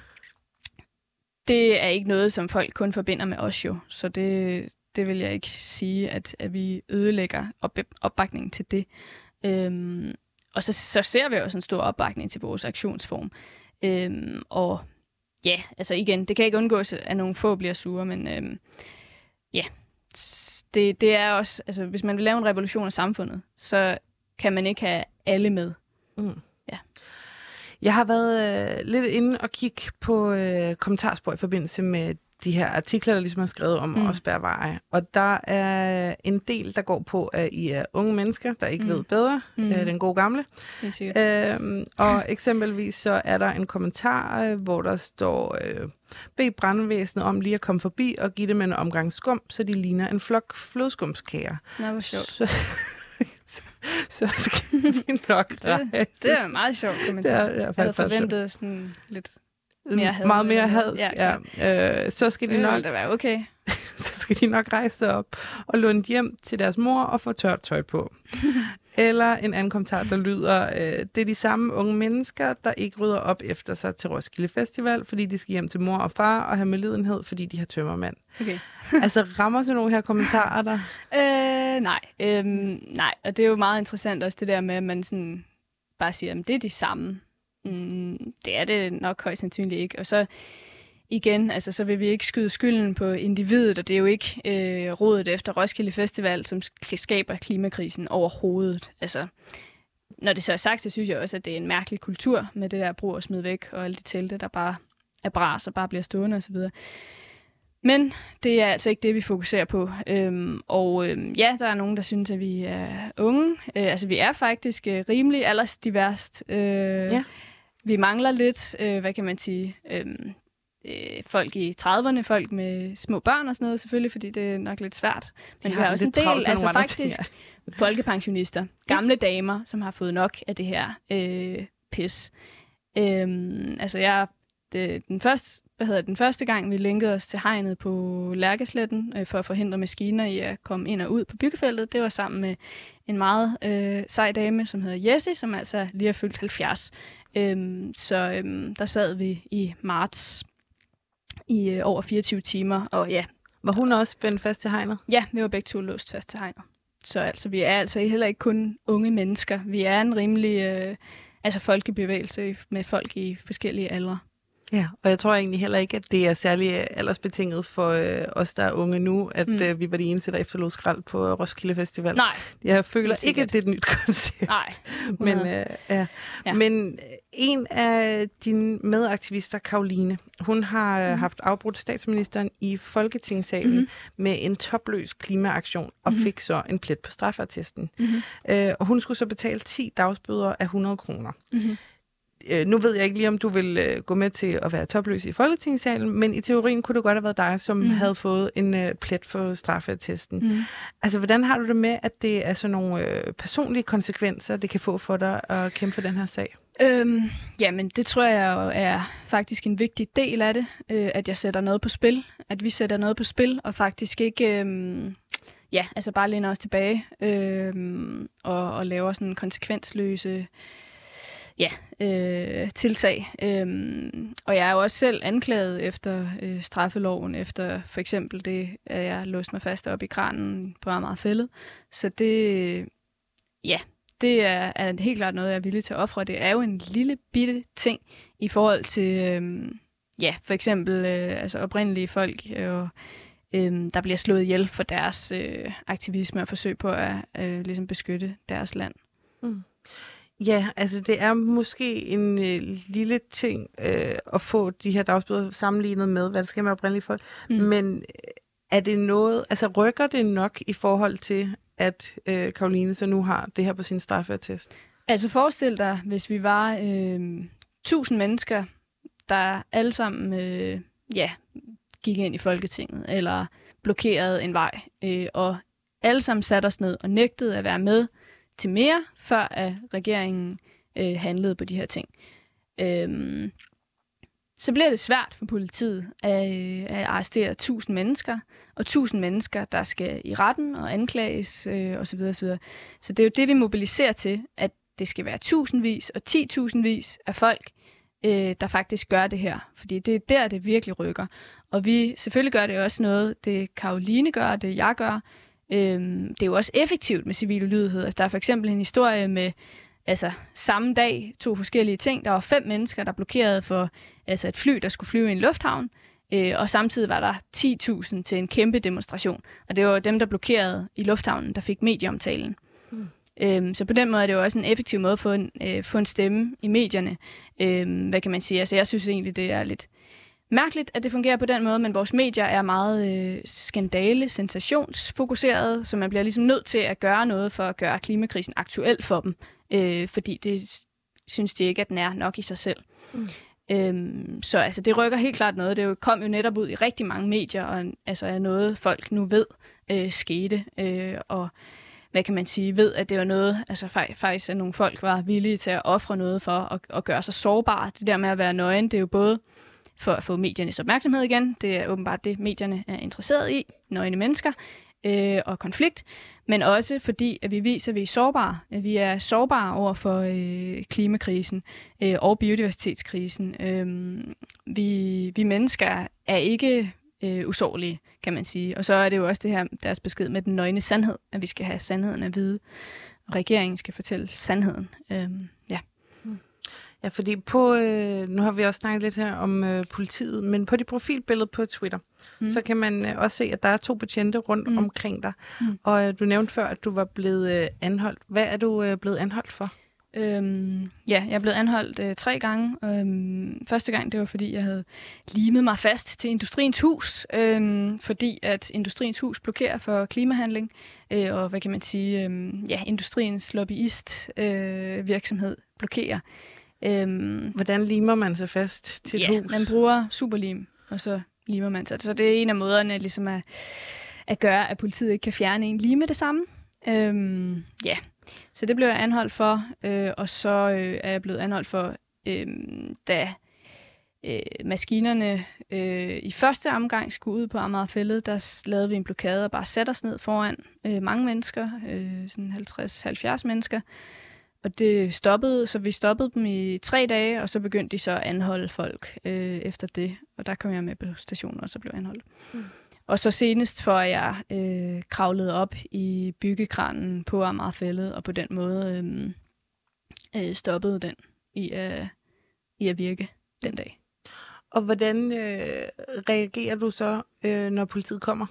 det er ikke noget, som folk kun forbinder med os jo, så det, det vil jeg ikke sige, at, at vi ødelægger op, opbakningen til det. Øhm, og så, så ser vi også en stor opbakning til vores aktionsform. Øhm, og ja, altså igen, det kan ikke undgås, at nogle få bliver sure, men øhm, ja, det, det er også, altså hvis man vil lave en revolution af samfundet, så kan man ikke have alle med. Mm. Ja. Jeg har været øh, lidt inde og kigge på øh, kommentarspor i forbindelse med de her artikler, der ligesom er skrevet om mm. at spærre veje. Og der er en del, der går på, at I er unge mennesker, der ikke mm. ved bedre. Mm. Øh, den gode gamle. Øhm, og eksempelvis så er der en kommentar, øh, hvor der står, øh, bed brandvæsenet om lige at komme forbi og give dem en omgang skum, så de ligner en flok flodskumskager. Nå, hvor sjovt. Så, så, så skal vi nok det, det er en meget sjov kommentar. Det er, jeg havde forventet sådan lidt mere had. Meget mere had. Ja, ja. Øh, så skal det de nok... Det være okay. så skal de nok rejse op og låne hjem til deres mor og få tørt tøj på. Eller en anden kommentar, der lyder, øh, det er de samme unge mennesker, der ikke rydder op efter sig til Roskilde Festival, fordi de skal hjem til mor og far og have medlidenhed, fordi de har tømmermand. Okay. Altså, rammer sådan nogle her kommentarer der? Øh, nej. Øhm, nej, og det er jo meget interessant også det der med, at man sådan bare siger, at det er de samme. Mm, det er det nok højst sandsynligt ikke. Og så igen, altså, så vil vi ikke skyde skylden på individet, og det er jo ikke øh, rådet efter Roskilde Festival, som skaber klimakrisen overhovedet. Altså, når det så er sagt, så synes jeg også, at det er en mærkelig kultur med det der brug og smid væk, og alle de telte, der bare er bras og bare bliver stående osv. Men det er altså ikke det, vi fokuserer på. Øhm, og øhm, ja, der er nogen, der synes, at vi er unge. Øh, altså, vi er faktisk øh, rimelig aldersdiverst. Øh, ja. Vi mangler lidt, øh, hvad kan man sige... Øh, folk i trediverne, folk med små børn og sådan noget, selvfølgelig, fordi det er nok lidt svært. Men vi har også en del, altså faktisk ting, ja. folkepensionister, gamle ja. damer, som har fået nok af det her øh, pis. Øhm, altså jeg, det, den, første, hvad hedder, den første gang, vi linkede os til hegnet på Lærkesletten øh, for at forhindre maskiner i at komme ind og ud på byggefeltet, det var sammen med en meget øh, sej dame, som hedder Jessie, som altså lige er fyldt halvfjerds. Øhm, så øhm, der sad vi i marts i øh, over fireogtyve timer, og ja. Var hun også spændt fast til hegnet? Ja, vi var begge to låst fast til hegnet. Så altså, vi er altså heller ikke kun unge mennesker. Vi er en rimelig øh, altså folkebevægelse med folk i forskellige aldre. Ja, og jeg tror egentlig heller ikke, at det er særlig aldersbetinget for øh, os, der er unge nu, at mm. øh, vi var de eneste, der efterlod skrald på Roskilde Festival. Nej. Jeg føler ikke, at det er et nyt koncept. Nej. Men, øh, ja. Ja. Men en af dine medaktivister, Caroline, hun har mm. haft afbrudt statsministeren i Folketingssalen mm. med en topløs klimaaktion og mm. fik så en plet på straffeattesten. Mm. Øh, og hun skulle så betale ti dagsbøder af hundrede kroner. Mm. Nu ved jeg ikke lige, om du vil øh, gå med til at være topløs i Folketingssalen, men i teorien kunne det godt have været dig, som mm. havde fået en øh, plet for straffeattesten. Mm. Altså, hvordan har du det med, at det er sådan nogle øh, personlige konsekvenser, det kan få for dig at kæmpe for den her sag? Øhm, jamen, det tror jeg jo er faktisk en vigtig del af det, øh, at jeg sætter noget på spil. At vi sætter noget på spil, og faktisk ikke... Øh, ja, altså bare læner os tilbage øh, og, og laver sådan konsekvensløse... Ja, øh, tiltag. Øhm, og jeg er jo også selv anklaget efter øh, straffeloven, efter for eksempel det, at jeg låste mig fast op i kranen på Amager Fælled. Så det, ja, det er, er helt klart noget, jeg er villig til at ofre. Det er jo en lille bitte ting i forhold til, øh, ja, for eksempel øh, altså oprindelige folk, og, øh, der bliver slået ihjel for deres øh, aktivisme og forsøg på at øh, ligesom beskytte deres land. Mm. Ja, altså det er måske en øh, lille ting øh, at få de her dagsbøder sammenlignet med, hvad der sker med oprindelige folk. Mm. Men er det noget, altså rykker det nok i forhold til, at øh, Caroline så nu har det her på sin straffeattest? Altså forestil dig, hvis vi var øh, tusind mennesker, der alle sammen øh, ja, gik ind i Folketinget, eller blokerede en vej, øh, og alle sammen satte os ned og nægtede at være med til mere, før at regeringen øh, handlede på de her ting. Øhm, så bliver det svært for politiet at, at arrestere tusind mennesker, og tusind mennesker, der skal i retten og anklages øh, osv. osv. Så det er jo det, vi mobiliserer til, at det skal være tusindvis og ti tusindvis af folk, øh, der faktisk gør det her. Fordi det er der, det virkelig rykker. Og vi selvfølgelig gør det også noget, det Caroline gør, det jeg gør. Øhm, det er jo også effektivt med civil ulydighed. Altså, der er for eksempel en historie med altså, samme dag to forskellige ting. Der var fem mennesker, der blokerede for altså, et fly, der skulle flyve i en lufthavn. Øh, og samtidig var der ti tusind til en kæmpe demonstration. Og det var dem, der blokerede i lufthavnen, der fik medieomtalen. Mm. Øhm, så på den måde er det jo også en effektiv måde at få en, øh, få en stemme i medierne. Øhm, hvad kan man sige? Altså, jeg synes egentlig, det er lidt mærkeligt, at det fungerer på den måde, men vores medier er meget øh, skandale, sensationsfokuseret, så man bliver ligesom nødt til at gøre noget for at gøre klimakrisen aktuel for dem, øh, fordi det synes de ikke, at den er nok i sig selv. Mm. Øhm, så altså, det rykker helt klart noget. Det jo, kom jo netop ud i rigtig mange medier, og altså, er noget, folk nu ved øh, skete, øh, og hvad kan man sige, ved, at det var noget, altså faktisk, at nogle folk var villige til at ofre noget for at, at gøre sig sårbare. Det der med at være nøgen, det er jo både for at få mediernes opmærksomhed igen, det er åbenbart det, medierne er interesseret i, nøgne mennesker øh, og konflikt, men også fordi, at vi viser, at vi er sårbare. At vi er sårbare over for øh, klimakrisen øh, og biodiversitetskrisen. Øh, vi, vi mennesker er ikke øh, usårlige, kan man sige. Og så er det jo også det her, deres besked med den nøgne sandhed, at vi skal have sandheden at vide, og regeringen skal fortælle sandheden. Øh, ja. Ja, fordi på, øh, nu har vi også snakket lidt her om øh, politiet, men på dit profilbillede på Twitter, mm. så kan man øh, også se, at der er to betjente rundt mm. omkring dig. Mm. Og øh, du nævnte før, at du var blevet øh, anholdt. Hvad er du øh, blevet anholdt for? Øhm, ja, jeg er blevet anholdt øh, tre gange. Øhm, første gang, det var fordi, jeg havde limet mig fast til Industriens Hus, øhm, fordi at Industriens Hus blokerer for klimahandling, øh, og hvad kan man sige, øh, ja, industriens lobbyist øh, virksomhed blokerer. Øhm, Hvordan limer man sig fast til et ja, hus? Man bruger superlim, og så limer man sig. Så det er en af måderne ligesom at, at gøre, at politiet ikke kan fjerne en lige med det samme. Øhm, ja, så det blev jeg anholdt for, øh, og så øh, er jeg blevet anholdt for, øh, da øh, maskinerne øh, i første omgang skulle ud på Amagerfælled, der lavede vi en blokade og bare satte os ned foran øh, mange mennesker, øh, sådan halvtreds til halvfjerds mennesker. Og det stoppede, så vi stoppede dem i tre dage, og så begyndte de så at anholde folk øh, efter det. Og der kom jeg med på stationen, og så blev jeg anholdt. Mm. Og så senest for, at jeg øh, kravlede op i byggekranen på Amagerfælled, og på den måde øh, øh, stoppede den i, øh, i at virke den dag. Og hvordan øh, reagerer du så, øh, når politiet kommer?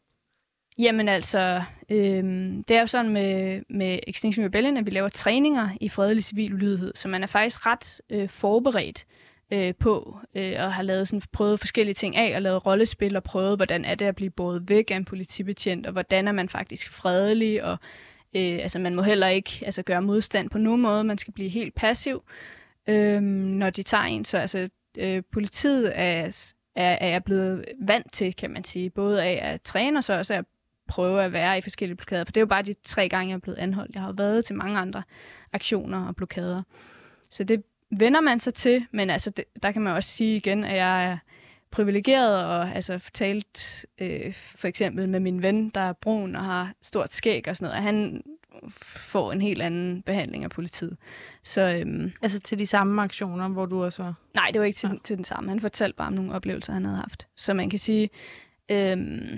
Jamen altså, øh, det er jo sådan med, med Extinction Rebellion, at vi laver træninger i fredelig civil ulydighed, så man er faktisk ret øh, forberedt øh, på øh, og har lavet sådan, prøvet forskellige ting af, og lavet rollespil og prøvet, hvordan er det at blive båret væk af en politibetjent, og hvordan er man faktisk fredelig, og øh, altså, man må heller ikke altså, gøre modstand på nogen måde, man skal blive helt passiv, øh, når de tager en. Så altså, øh, politiet er, er, er jeg blevet vant til, kan man sige, både af at træne, og så også at prøve at være i forskellige blokader, for det er jo bare de tre gange, jeg er blevet anholdt. Jeg har været til mange andre aktioner og blokader. Så det vender man sig til, men altså, det, der kan man også sige igen, at jeg er privilegeret og altså fortalt øh, for eksempel med min ven, der er brun og har stort skæg og sådan noget, at han får en helt anden behandling af politiet. Så, øhm, altså til de samme aktioner, hvor du også var? Nej, det var ikke til, ja. til den samme. Han fortalte bare om nogle oplevelser, han havde haft. Så man kan sige, øhm,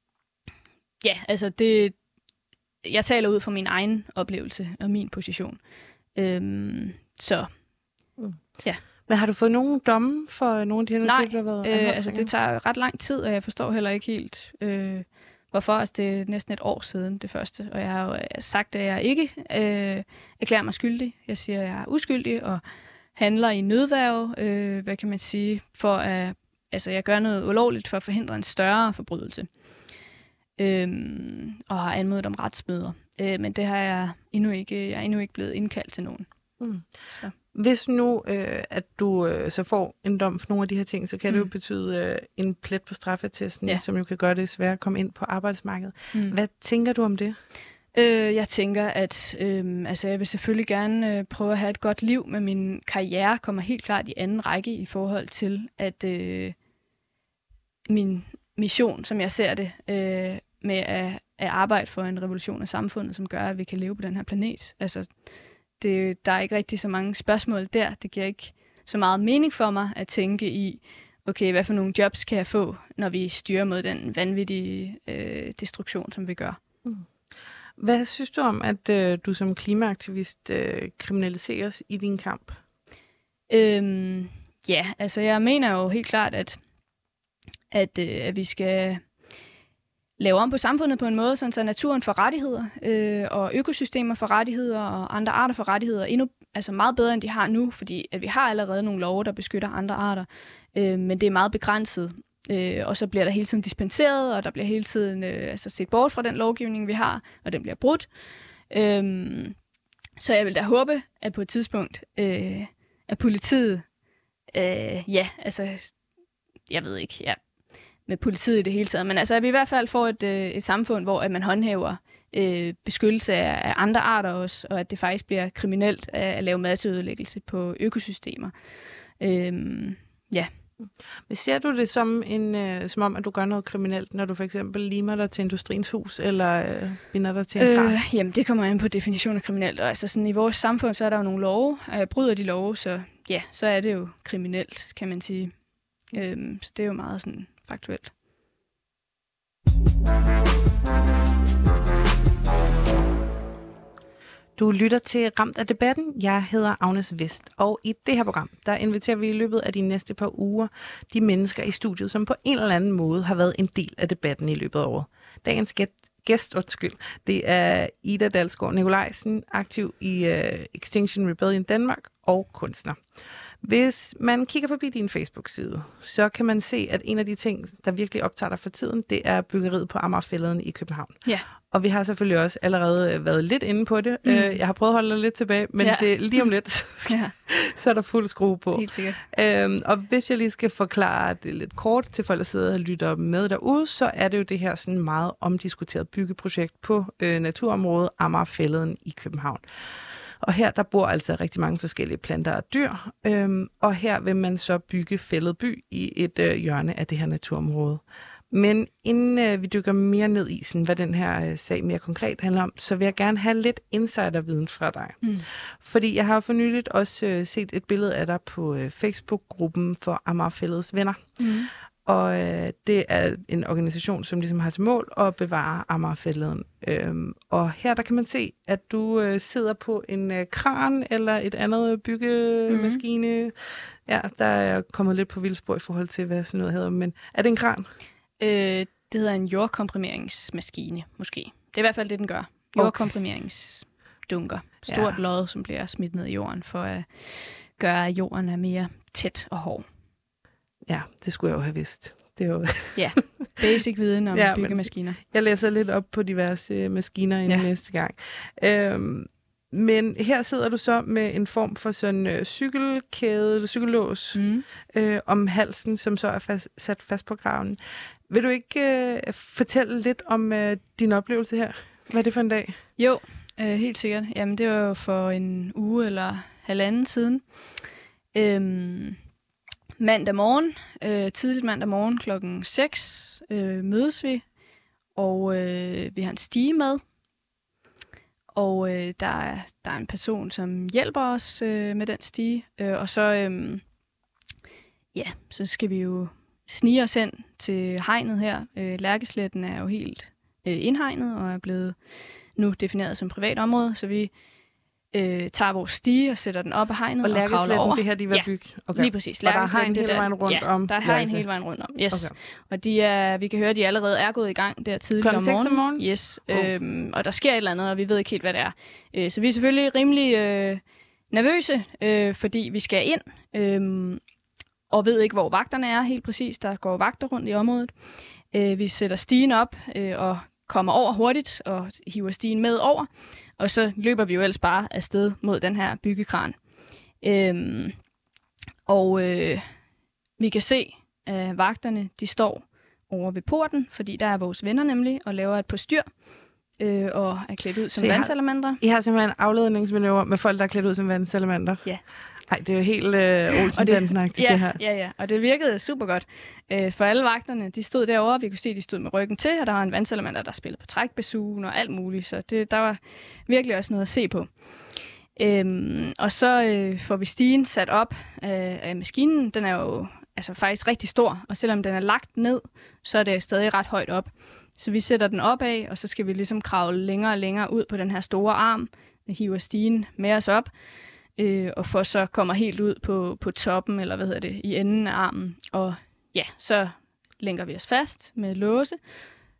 ja, altså det, jeg taler ud fra min egen oplevelse og min position. Øhm, så, mm. ja. Men har du fået nogen domme for nogle af de her Nej, ting, der har været øh, altså det tager ret lang tid, og jeg forstår heller ikke helt, øh, hvorfor. Altså det er næsten et år siden det første, og jeg har jo sagt, at jeg ikke øh, erklærer mig skyldig. Jeg siger, at jeg er uskyldig og handler i nødværge, øh, hvad kan man sige, for at altså jeg gør noget ulovligt for at forhindre en større forbrydelse. Øhm, og har anmodet om retsmøder. Øh, men det har jeg endnu ikke, jeg er endnu ikke blevet indkaldt til nogen. Mm. Så. Hvis nu, øh, at du øh, så får en dom for nogle af de her ting, så kan mm. det jo betyde øh, en plet på straffeattesten, ja. Som jo kan gøre det svært at komme ind på arbejdsmarkedet. Mm. Hvad tænker du om det? Øh, jeg tænker, at øh, altså, jeg vil selvfølgelig gerne øh, prøve at have et godt liv, men min karriere kommer helt klart i anden række i forhold til, at øh, min mission, som jeg ser det, øh, med at, at arbejde for en revolution af samfundet, som gør, at vi kan leve på den her planet. Altså, det, der er ikke rigtig så mange spørgsmål der. Det giver ikke så meget mening for mig at tænke i, okay, hvad for nogle jobs kan jeg få, når vi styrer mod den vanvittige øh, destruktion, som vi gør. Mm. Hvad synes du om, at øh, du som klimaaktivist øh, kriminaliseres i din kamp? Øhm, ja, altså jeg mener jo helt klart, at, at, øh, at vi skal lave om på samfundet på en måde, sådan så naturen får rettigheder, øh, og økosystemer får rettigheder, og andre arter får rettigheder endnu altså meget bedre, end de har nu, fordi at vi har allerede nogle love, der beskytter andre arter, øh, men det er meget begrænset. Øh, og så bliver der hele tiden dispenseret, og der bliver hele tiden øh, altså set bort fra den lovgivning, vi har, og den bliver brudt. Øhm, så jeg vil da håbe, at på et tidspunkt, øh, at politiet, øh, ja, altså, jeg ved ikke, ja, med politiet i det hele taget, men altså, at vi i hvert fald får et, øh, et samfund, hvor at man håndhæver øh, beskyttelse af, af andre arter også, og at det faktisk bliver kriminelt at, at lave masseødelæggelse på økosystemer. Øhm, ja. Men ser du det som, en, øh, som om, at du gør noget kriminelt, når du for eksempel limer dig til Industriens Hus, eller øh, binder dig til en kran? Øh, jamen, det kommer ind på definitionen af kriminelt. Og altså sådan, i vores samfund, så er der jo nogle love, og jeg bryder de love, så ja, så er det jo kriminelt, kan man sige. Øhm, så det er jo meget sådan faktuelt. Du lytter til Ramt af debatten. Jeg hedder Agnes Vest, og i det her program, der inviterer vi i løbet af de næste par uger de mennesker i studiet, som på en eller anden måde har været en del af debatten i løbet af året. Dagens gæst, undskyld, det er Ida Dalsgaard Nikolajsen, aktiv i uh, Extinction Rebellion Danmark og kunstner. Hvis man kigger forbi din Facebook-side, så kan man se, at en af de ting, der virkelig optager dig for tiden, det er byggeriet på Amagerfælleden i København. Ja. Og vi har selvfølgelig også allerede været lidt inde på det. Mm. Jeg har prøvet at holde dig lidt tilbage, men ja. det, lige om lidt, ja. så er der fuld skrue på. Helt sikkert. Øhm, og hvis jeg lige skal forklare det lidt kort til folk, der sidder og lytter med derude, så er det jo det her sådan meget omdiskuteret byggeprojekt på øh, naturområdet Amagerfælleden i København. Og her der bor altså rigtig mange forskellige planter og dyr, øhm, og her vil man så bygge Fælled by i et øh, hjørne af det her naturområde. Men inden øh, vi dykker mere ned i, sådan, hvad den her øh, sag mere konkret handler om, så vil jeg gerne have lidt insiderviden fra dig. Mm. Fordi jeg har for nyligt også øh, set et billede af dig på øh, Facebook-gruppen for Amagerfælleds Venner. Mm. Og øh, det er en organisation, som ligesom har til mål at bevare Amagerfælleden. Øhm, og her der kan man se, at du øh, sidder på en øh, kran eller et andet byggemaskine. Mm. Ja, der er kommet lidt på vildspor i forhold til, hvad sådan noget hedder. Men er det en kran? Øh, det hedder en jordkomprimeringsmaskine, måske. Det er i hvert fald det, den gør. Jordkomprimeringsdunker. Stort ja. lod, som bliver smidt ned i jorden, for at gøre, at jorden er mere tæt og hård. Ja, det skulle jeg jo have vidst. Det er jo ja, basic viden om ja, byggemaskiner. Jeg læser lidt op på diverse maskiner inden ja. næste gang. Øhm, men her sidder du så med en form for sådan øh, cykelkæde, eller cykellås mm. øh, om halsen, som så er fast, sat fast på graven. Vil du ikke øh, fortælle lidt om øh, din oplevelse her? Hvad er det for en dag? Jo, øh, helt sikkert. Jamen, det var jo for en uge eller halvanden siden. Øhm, mandag morgen, øh, tidligt mandag morgen klokken seks, øh, mødes vi, og øh, vi har en stige med. Og øh, der, er, der er en person, som hjælper os øh, med den stige. Øh, og så, øh, ja, så skal vi jo snige os hen til hegnet her. Øh, Lærkesletten er jo helt øh, indhegnet og er blevet nu defineret som privat område, så vi øh, tager vores stige og sætter den op af hegnet og, og kravler over. Og det her, de vil ja, bygge? Okay. Lige præcis. Og der er hegn hele vejen rundt ja, om? der er hegn hele vejen rundt om, yes. Okay. Og de er, vi kan høre, at de allerede er gået i gang der tidligt om morgenen. om morgenen? Yes. Oh. Øhm, og der sker et eller andet, og vi ved ikke helt, hvad det er. Øh, så vi er selvfølgelig rimelig øh, nervøse, øh, fordi vi skal ind, øh, og ved ikke, hvor vagterne er helt præcis. Der går vagter rundt i området. Øh, vi sætter stigen op øh, og kommer over hurtigt og hiver stigen med over. Og så løber vi jo ellers bare afsted mod den her byggekran. Øhm, og øh, vi kan se, at vagterne de står over ved porten, fordi der er vores venner nemlig, og laver et postyr øh, og er klædt ud som vandsalamander. I har simpelthen afledningsmanøvre med folk, der er klædt ud som vandsalamander? Ja. Nej, det er jo helt øh, Olsen-banden-agtigt, ja, det her. Ja, ja, og det virkede super godt. Øh, for alle vagterne, de stod derovre, vi kunne se, at de stod med ryggen til, og der var en vandsalamander, der spillede på trækbasugen og alt muligt, så det, der var virkelig også noget at se på. Øhm, og så øh, får vi stigen sat op af, af maskinen. Den er jo altså, faktisk rigtig stor, og selvom den er lagt ned, så er det stadig ret højt op. Så vi sætter den op af, og så skal vi ligesom kravle længere og længere ud på den her store arm, og hiver stigen med os op. Øh, og for så kommer helt ud på, på toppen, eller hvad hedder det, i enden af armen. Og ja, så lænker vi os fast med låse,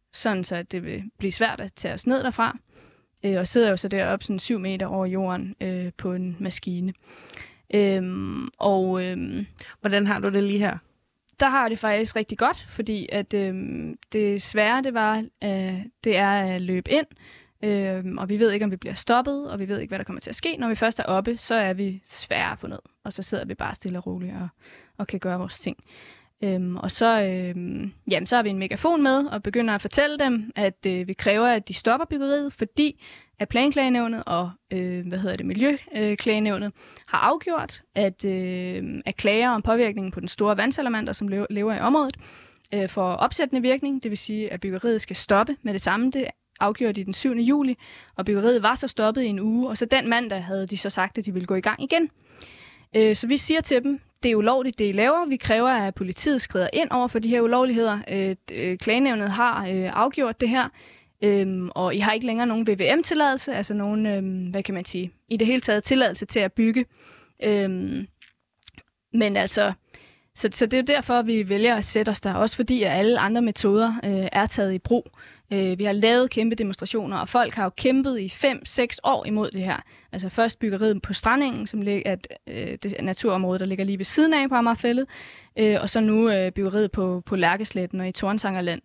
sådan så det vil blive svært at tage os ned derfra. Øh, og sidder jo så deroppe sådan syv meter over jorden øh, på en maskine. Øhm, og øhm, Hvordan har du det lige her? Der har det faktisk rigtig godt, fordi at øhm, det svære det var, øh, det er at løbe ind, øh, og vi ved ikke, om vi bliver stoppet, og vi ved ikke, hvad der kommer til at ske. Når vi først er oppe, så er vi svære at få ned, og så sidder vi bare stille og roligt og, og kan gøre vores ting. Øhm, og så, øhm, jamen, så har vi en megafon med og begynder at fortælle dem, at øh, vi kræver, at de stopper byggeriet, fordi at Planklagenævnet og øh, hvad hedder det, Miljøklagenævnet har afgjort, at, øh, at klager om påvirkningen på den store vandsalamander, som lever, lever i området, øh, får opsættende virkning. Det vil sige, at byggeriet skal stoppe med det samme. Det afgjorde de den syvende juli, og byggeriet var så stoppet i en uge, og så den mandag havde de så sagt, at de ville gå i gang igen. Øh, så vi siger til dem, det er ulovligt, det I laver. Vi kræver, at politiet skrider ind over for de her ulovligheder. Øh, øh, Klagenævnet har øh, afgjort det her, øh, og I har ikke længere nogen V V M-tilladelse, altså nogen, øh, hvad kan man sige, i det hele taget tilladelse til at bygge. Øh, men altså, så, så det er derfor, vi vælger at sætte os der, også fordi at alle andre metoder øh, er taget i brug. Vi har lavet kæmpe demonstrationer, og folk har jo kæmpet i fem seks år imod det her. Altså først byggeriet på Strandengen, som er det naturområde, der ligger lige ved siden af på Amagerfælled, og så nu byggeriet på, på Lærkesletten og i Tornsangerland.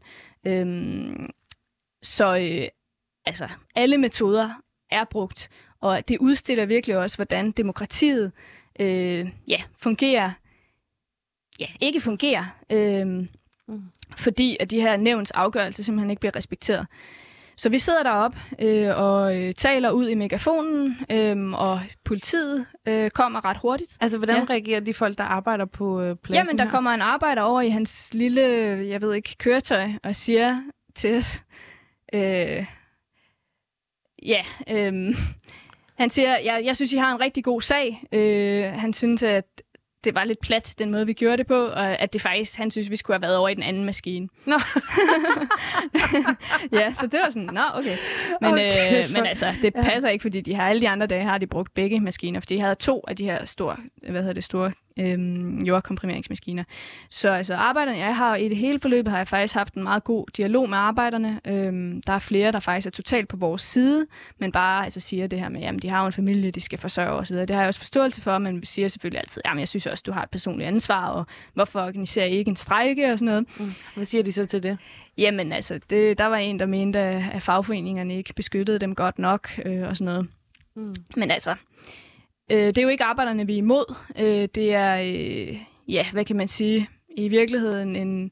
Så altså, alle metoder er brugt, og det udstiller virkelig også, hvordan demokratiet øh, ja, fungerer. Ja, ikke fungerer. Øh, Mm. Fordi at de her nævns afgørelser simpelthen ikke bliver respekteret. Så vi sidder deroppe øh, og øh, taler ud i megafonen, øh, og politiet øh, kommer ret hurtigt. Altså, hvordan ja. reagerer de folk, der arbejder på øh, pladsen? Jamen, der her? kommer en arbejder over i hans lille, jeg ved ikke, køretøj, og siger til os, øh, ja, øh, han siger, jeg, jeg synes, I har en rigtig god sag. Øh, han synes, at det var lidt plat, den måde, vi gjorde det på, og at det faktisk, han synes, vi skulle have været over i den anden maskine. Nå. Ja, så det var sådan, nå, okay. Men, okay, øh, men altså, det passer ja. ikke, fordi de har alle de andre dage, har de brugt begge maskiner, fordi de havde to af de her store, hvad hedder det, store øhm, jordkomprimeringsmaskiner. Så altså, arbejderne, jeg har i det hele forløbet, har jeg faktisk haft en meget god dialog med arbejderne. Øhm, der er flere, der faktisk er totalt på vores side, men bare altså, siger det her med, jamen, de har jo en familie, de skal forsørge osv. Det har jeg også forståelse for, men vi siger selvfølgelig altid, jamen, jeg synes også, du har et personligt ansvar, og hvorfor organiserer I ikke en strejke og sådan noget. Mm. Hvad siger de så til det? Jamen altså, det, der var en, der mente, at fagforeningerne ikke beskyttede dem godt nok øh, og sådan noget. Mm. Men altså, øh, det er jo ikke arbejderne, vi er imod. Øh, det er, øh, ja, hvad kan man sige, i virkeligheden en...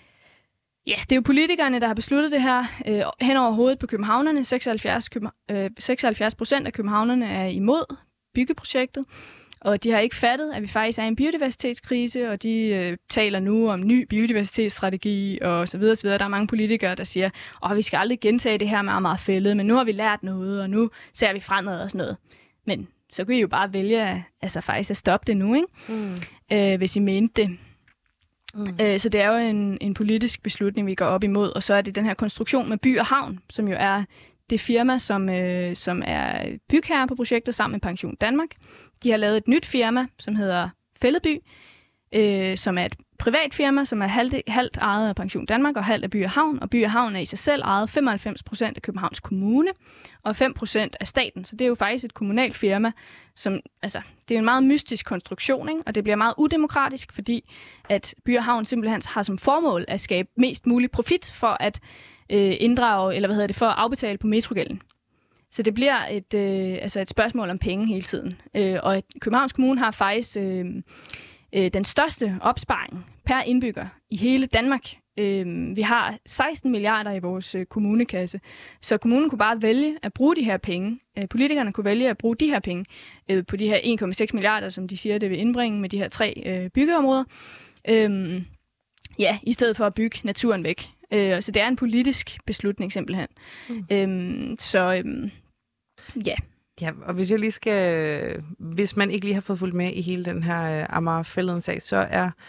Ja, det er jo politikerne, der har besluttet det her øh, hen over hovedet på københavnerne. seksoghalvfjerds, øh, seksoghalvfjerds procent af københavnerne er imod byggeprojektet. Og de har ikke fattet, at vi faktisk er i en biodiversitetskrise, og de øh, taler nu om ny biodiversitetsstrategi og så videre, så videre. Der er mange politikere, der siger, at vi skal aldrig gentage det her med Amagerfælled, men nu har vi lært noget, og nu ser vi fremad og sådan noget. Men så kan I jo bare vælge altså, faktisk at stoppe det nu, ikke? Mm. Øh, hvis I mente det. Mm. Øh, så det er jo en, en politisk beslutning, vi går op imod, og så er det den her konstruktion med By og Havn, som jo er det firma, som, øh, som er bygherre på projektet sammen med Pension Danmark. De har lavet et nyt firma, som hedder Fælledby, øh, som er et privat firma, som er halvt, halvt ejet af Pension Danmark og halvt af By og Havn. Og By og Havn er i sig selv ejet femoghalvfems procent af Københavns Kommune og fem procent af staten. Så det er jo faktisk et kommunalt firma, som, altså, det er en meget mystisk konstruktion, ikke? Og det bliver meget udemokratisk, fordi at By og Havn simpelthen har som formål at skabe mest mulig profit for at øh, inddrage, eller hvad hedder det, for at afbetale på metrogælden. Så det bliver et, øh, altså et spørgsmål om penge hele tiden. Øh, og Københavns Kommune har faktisk øh, øh, den største opsparing per indbygger i hele Danmark. Øh, vi har seksten milliarder i vores øh, kommunekasse, så kommunen kunne bare vælge at bruge de her penge. Øh, politikerne kunne vælge at bruge de her penge øh, på de her en komma seks milliarder, som de siger, det vil indbringe med de her tre øh, byggeområder. Øh, ja, i stedet for at bygge naturen væk. Øh, så det er en politisk beslutning simpelthen. Mm. Øh, så... Øh, Ja. Ja, og hvis jeg lige skal, hvis man ikke lige har fået fulgt med i hele den her uh, Amagerfælleden-sag, så er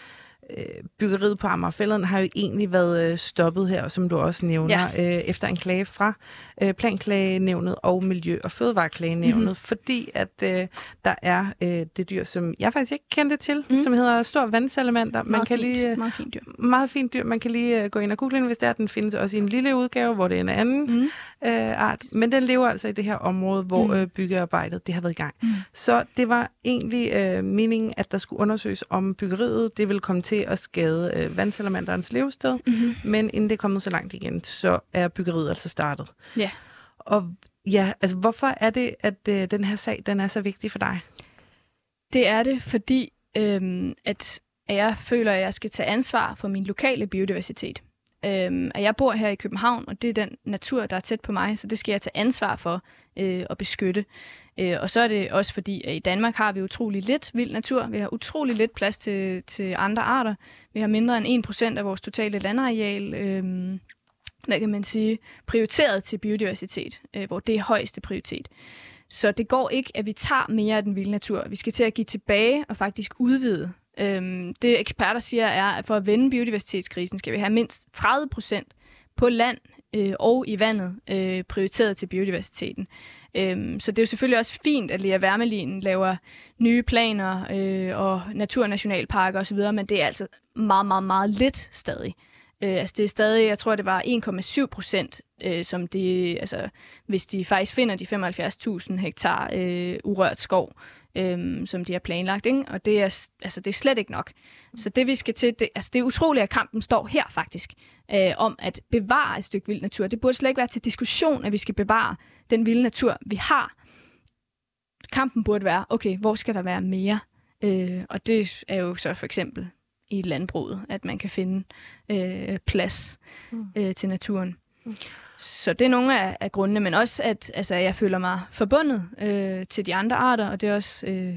byggeriet på Amagerfælleden har jo egentlig været stoppet her, som du også nævner, ja. efter en klage fra Planklagenævnet og Miljø- og Fødevareklagenævnet, mm-hmm. fordi at øh, der er øh, det dyr, som jeg faktisk ikke kendte til, mm. som hedder stor vandsalamander. Man meget kan fint. lige, meget fint dyr. Meget fint dyr. Man kan lige uh, gå ind og google den, hvis det er. Den findes også i en lille udgave, hvor det er en anden mm. øh, art. Men den lever altså i det her område, hvor mm. øh, byggearbejdet det har været i gang. Mm. Så det var egentlig øh, meningen, at der skulle undersøges om byggeriet det ville komme til at skade øh, vandsalamanderens levested. Mm-hmm. Men inden det er kommet så langt igen, så er byggeriet altså startet. Ja. Yeah. Og ja, altså hvorfor er det, at øh, den her sag den er så vigtig for dig? Det er det, fordi øhm, at jeg føler, at jeg skal tage ansvar for min lokale biodiversitet. Øhm, at jeg bor her i København, og det er den natur, der er tæt på mig, så det skal jeg tage ansvar for øh, at beskytte. Øh, og så er det også fordi, at i Danmark har vi utrolig lidt vild natur. Vi har utrolig lidt plads til, til andre arter. Vi har mindre end en procent af vores totale landareal, øh, hvad kan man sige, prioriteret til biodiversitet, øh, hvor det er højeste prioritet. Så det går ikke, at vi tager mere af den vilde natur. Vi skal til at give tilbage og faktisk udvide. Øhm, det eksperter siger er, at for at vende biodiversitetskrisen, skal vi have mindst tredive procent på land øh, og i vandet øh, prioriteret til biodiversiteten. Øhm, så det er jo selvfølgelig også fint, at Lea Wermelin laver nye planer øh, og naturnationalparker osv., men det er altså meget, meget, meget lidt stadig. Øh, altså det er stadig, jeg tror, det var en komma syv procent, øh, som de, altså hvis de faktisk finder de femoghalvfjerds tusind hektar øh, urørt skov, øh, som de har planlagt, ikke? Og det er, altså, det er slet ikke nok. Så det vi skal til, det, altså det er utroligt, at kampen står her faktisk, øh, om at bevare et stykke vild natur. Det burde slet ikke være til diskussion, at vi skal bevare den vilde natur, vi har. Kampen burde være, okay, hvor skal der være mere? Øh, og det er jo så for eksempel i landbruget, at man kan finde øh, plads øh, til naturen. Mm. Så det er nogle af, af grundene, men også, at altså, jeg føler mig forbundet øh, til de andre arter, og det er også øh,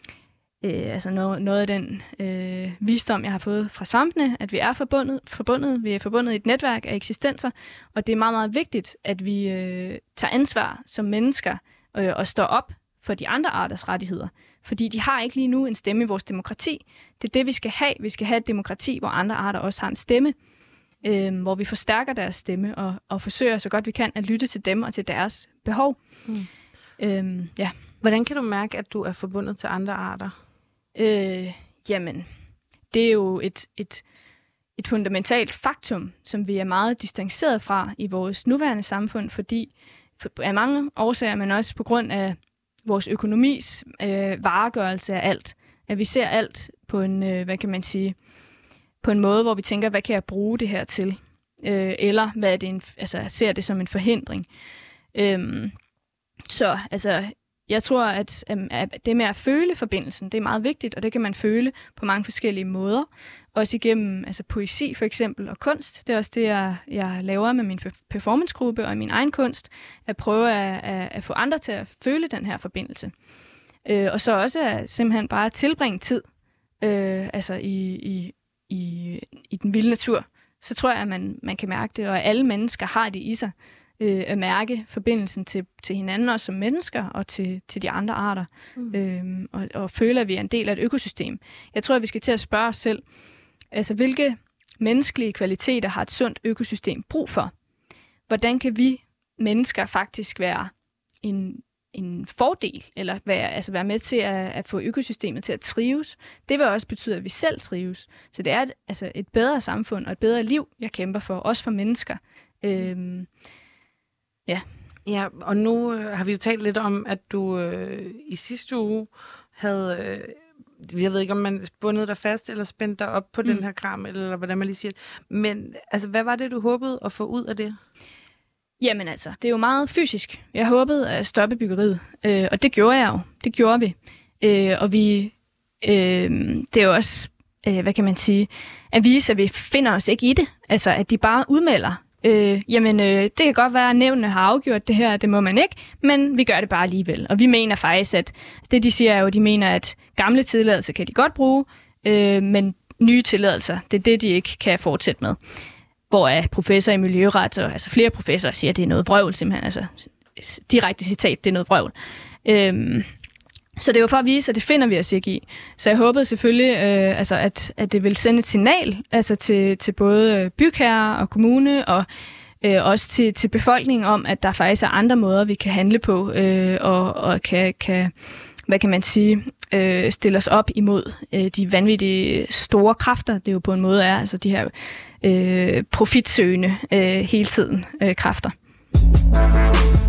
øh, altså noget, noget af den øh, visdom, jeg har fået fra svampene, at vi er forbundet, forbundet, vi er forbundet i et netværk af eksistenser, og det er meget, meget vigtigt, at vi øh, tager ansvar som mennesker øh, og står op for de andre arters rettigheder. Fordi de har ikke lige nu en stemme i vores demokrati. Det er det, vi skal have. Vi skal have et demokrati, hvor andre arter også har en stemme, øh, hvor vi forstærker deres stemme og, og forsøger så godt vi kan at lytte til dem og til deres behov. Mm. Øh, ja. Hvordan kan du mærke, at du er forbundet til andre arter? Øh, jamen, det er jo et, et, et fundamentalt faktum, som vi er meget distanceret fra i vores nuværende samfund, fordi af mange årsager, men også på grund af vores økonomis øh, varegørelse af alt. At vi ser alt på en, øh, hvad kan man sige, på en måde, hvor vi tænker, hvad kan jeg bruge det her til? Øh, eller hvad er det en, altså, ser det som en forhindring. Øhm, så altså, jeg tror, at, at det med at føle forbindelsen, det er meget vigtigt, og det kan man føle på mange forskellige måder. Også igennem altså, poesi for eksempel og kunst. Det er også det, jeg, jeg laver med min performancegruppe og min egen kunst. At prøve at, at, at få andre til at føle den her forbindelse. Øh, og så også at simpelthen bare tilbringe tid øh, altså i, i, i, i den vilde natur. Så tror jeg, at man, man kan mærke det, og at alle mennesker har det i sig. Øh, at mærke forbindelsen til, til hinanden, også som mennesker, og til, til de andre arter. Mm. Øh, og, og føle, at vi er en del af et økosystem. Jeg tror, at vi skal til at spørge os selv, altså hvilke menneskelige kvaliteter har et sundt økosystem brug for? Hvordan kan vi mennesker faktisk være en, en fordel, eller være, altså være med til at, at få økosystemet til at trives? Det vil også betyde, at vi selv trives. Så det er et, altså et bedre samfund og et bedre liv, jeg kæmper for, også for mennesker. Øh, Ja. Ja, og nu øh, har vi jo talt lidt om, at du øh, i sidste uge havde, øh, jeg ved ikke, om man bundet dig fast eller spændt dig op på mm. den her kram, eller hvordan man lige siger det. Men altså, hvad var det, du håbede at få ud af det? Jamen altså, det er jo meget fysisk. Jeg håbede at stoppe byggeriet, øh, og det gjorde jeg jo. Det gjorde vi. Øh, og vi, øh, det er jo også, øh, hvad kan man sige, at vise, at vi finder os ikke i det. Altså, at de bare udmelder. Øh, jamen, øh, det kan godt være, at nævnene har afgjort det her, det må man ikke, men vi gør det bare alligevel. Og vi mener faktisk, at det de siger er jo, de mener, at gamle tilladelser kan de godt bruge, øh, men nye tilladelser, det er det, de ikke kan fortsætte med. Hvor er professor i miljøret, og altså flere professorer siger, at det er noget vrøvl simpelthen, altså direkte citat, det er noget vrøvl. Øh, Så det var for at vise, at det finder vi os ikke i. Så jeg håbede selvfølgelig, øh, altså at, at det ville sende et signal altså til, til både bygherrer og kommune og øh, også til, til befolkningen om, at der faktisk er andre måder, vi kan handle på øh, og, og kan, kan, hvad kan man sige, øh, stille os op imod øh, de vanvittige store kræfter, det jo på en måde er, altså de her øh, profitsøgende øh, hele tiden øh, kræfter.